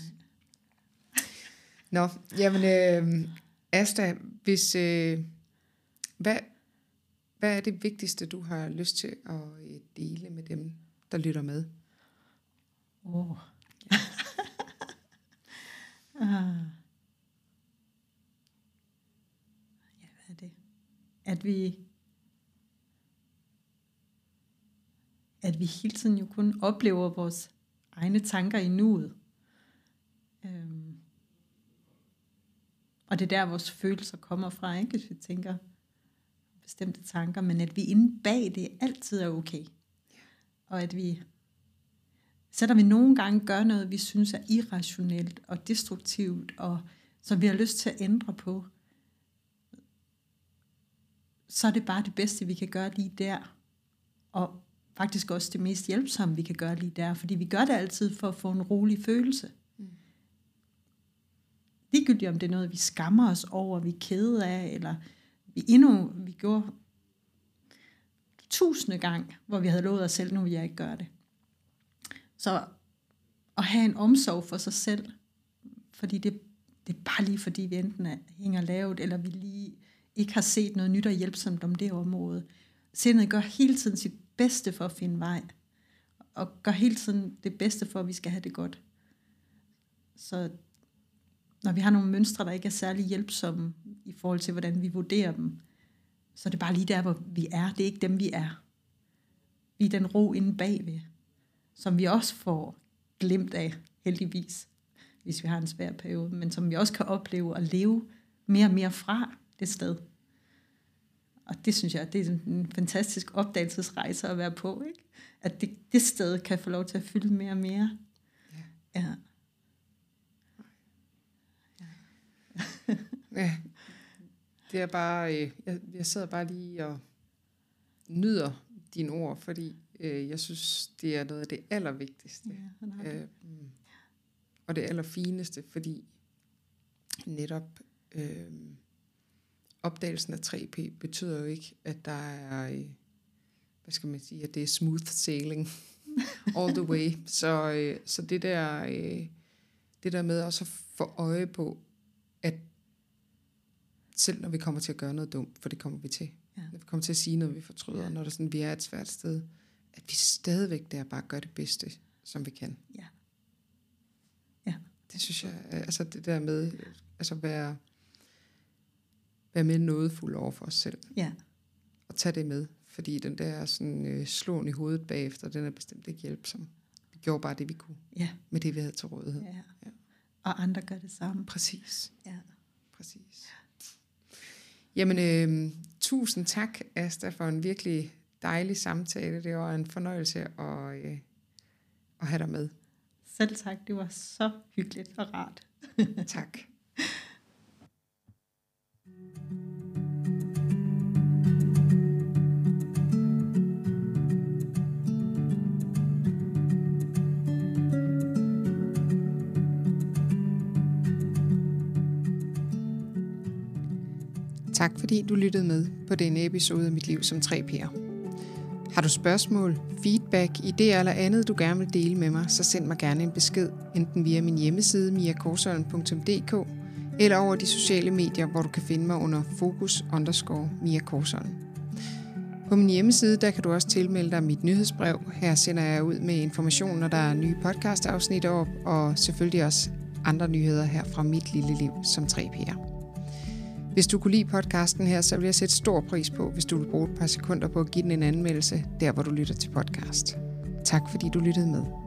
Nå, jamen, øh, Asta, hvis, øh, hvad, hvad er det vigtigste, du har lyst til at dele med dem, der lytter med? Åh. Oh. ah. Ja, hvad er det? At vi at vi hele tiden jo kun oplever vores egne tanker i nuet. Øhm. Og det er der, vores følelser kommer fra, ikke? Hvis vi tænker bestemte tanker, men at vi inde bag det altid er okay. Og at vi, selvom vi nogle gange gør noget, vi synes er irrationelt og destruktivt, og som vi har lyst til at ændre på, så er det bare det bedste, vi kan gøre lige der. Og faktisk også det mest hjælpsomme, vi kan gøre lige der, fordi vi gør det altid for at få en rolig følelse. Mm. Ligegyldigt om det er noget, vi skammer os over, vi er kede af, eller vi endnu, vi gjorde tusinde gang, hvor vi havde lovet os selv, nu vil jeg ikke gøre det. Så at have en omsorg for sig selv, fordi det, det er bare lige fordi, vi enten er, hænger lavt, eller vi lige ikke har set noget nyt og hjælpsomt om det område. Sindet gør hele tiden sit bedste for at finde vej, og gør hele tiden det bedste for, at vi skal have det godt. Så når vi har nogle mønstre, der ikke er særlig hjælpsomme i forhold til, hvordan vi vurderer dem, så er det bare lige der, hvor vi er. Det er ikke dem, vi er. Vi er den ro inde bagved, som vi også får glemt af, heldigvis, hvis vi har en svær periode, men som vi også kan opleve at leve mere og mere fra det sted. Og det synes jeg, det er en fantastisk opdagelsesrejse at være på, ikke? At det, det sted kan få lov til at fylde mere og mere. Ja. Ja. Ja, det er bare, øh, jeg, jeg sidder bare lige og nyder dine ord, fordi øh, jeg synes, det er noget af det allervigtigste. Ja, han har det. Øh, og det allerfineste, fordi netop øh, opdagelsen af tre P betyder jo ikke, at der er, øh, hvad skal man sige, at det er smooth sailing all the way. Så, øh, så det der, øh, det der med også at få øje på, at selv når vi kommer til at gøre noget dumt, for det kommer vi til, ja. Når vi kommer til at sige noget, vi fortryder, ja. Når der sådan, vi er et svært sted, at vi stadigvæk der bare gør det bedste, som vi kan. Ja. Ja. Det synes jeg, altså det der med, altså være, være med nådefuld over for os selv. Ja. Og tage det med, fordi den der sådan øh, slåen i hovedet bagefter, den er bestemt ikke hjælpsom. Vi gjorde bare det, vi kunne, ja. Med det, vi havde til rådighed. Ja. Ja. Og andre gør det samme. Præcis. Ja. Præcis. Jamen, øh, tusind tak, Asta, for en virkelig dejlig samtale. Det var en fornøjelse at, øh, at have dig med. Selv tak, det var så hyggeligt og rart. Tak. Tak fordi du lyttede med på denne episode af Mit Liv som tre P'er. Har du spørgsmål, feedback, idéer eller andet, du gerne vil dele med mig, så send mig gerne en besked, enten via min hjemmeside mia korsholm punktum d k eller over de sociale medier, hvor du kan finde mig under fokus underscore Mia Korsholm. På min hjemmeside, der kan du også tilmelde dig mit nyhedsbrev. Her sender jeg ud med information, når der er nye podcastafsnit op, og selvfølgelig også andre nyheder her fra mit lille liv som tre P'er. Hvis du kunne lide podcasten her, så vil jeg sætte stor pris på, hvis du vil bruge et par sekunder på at give den en anmeldelse, der hvor du lytter til podcast. Tak fordi du lyttede med.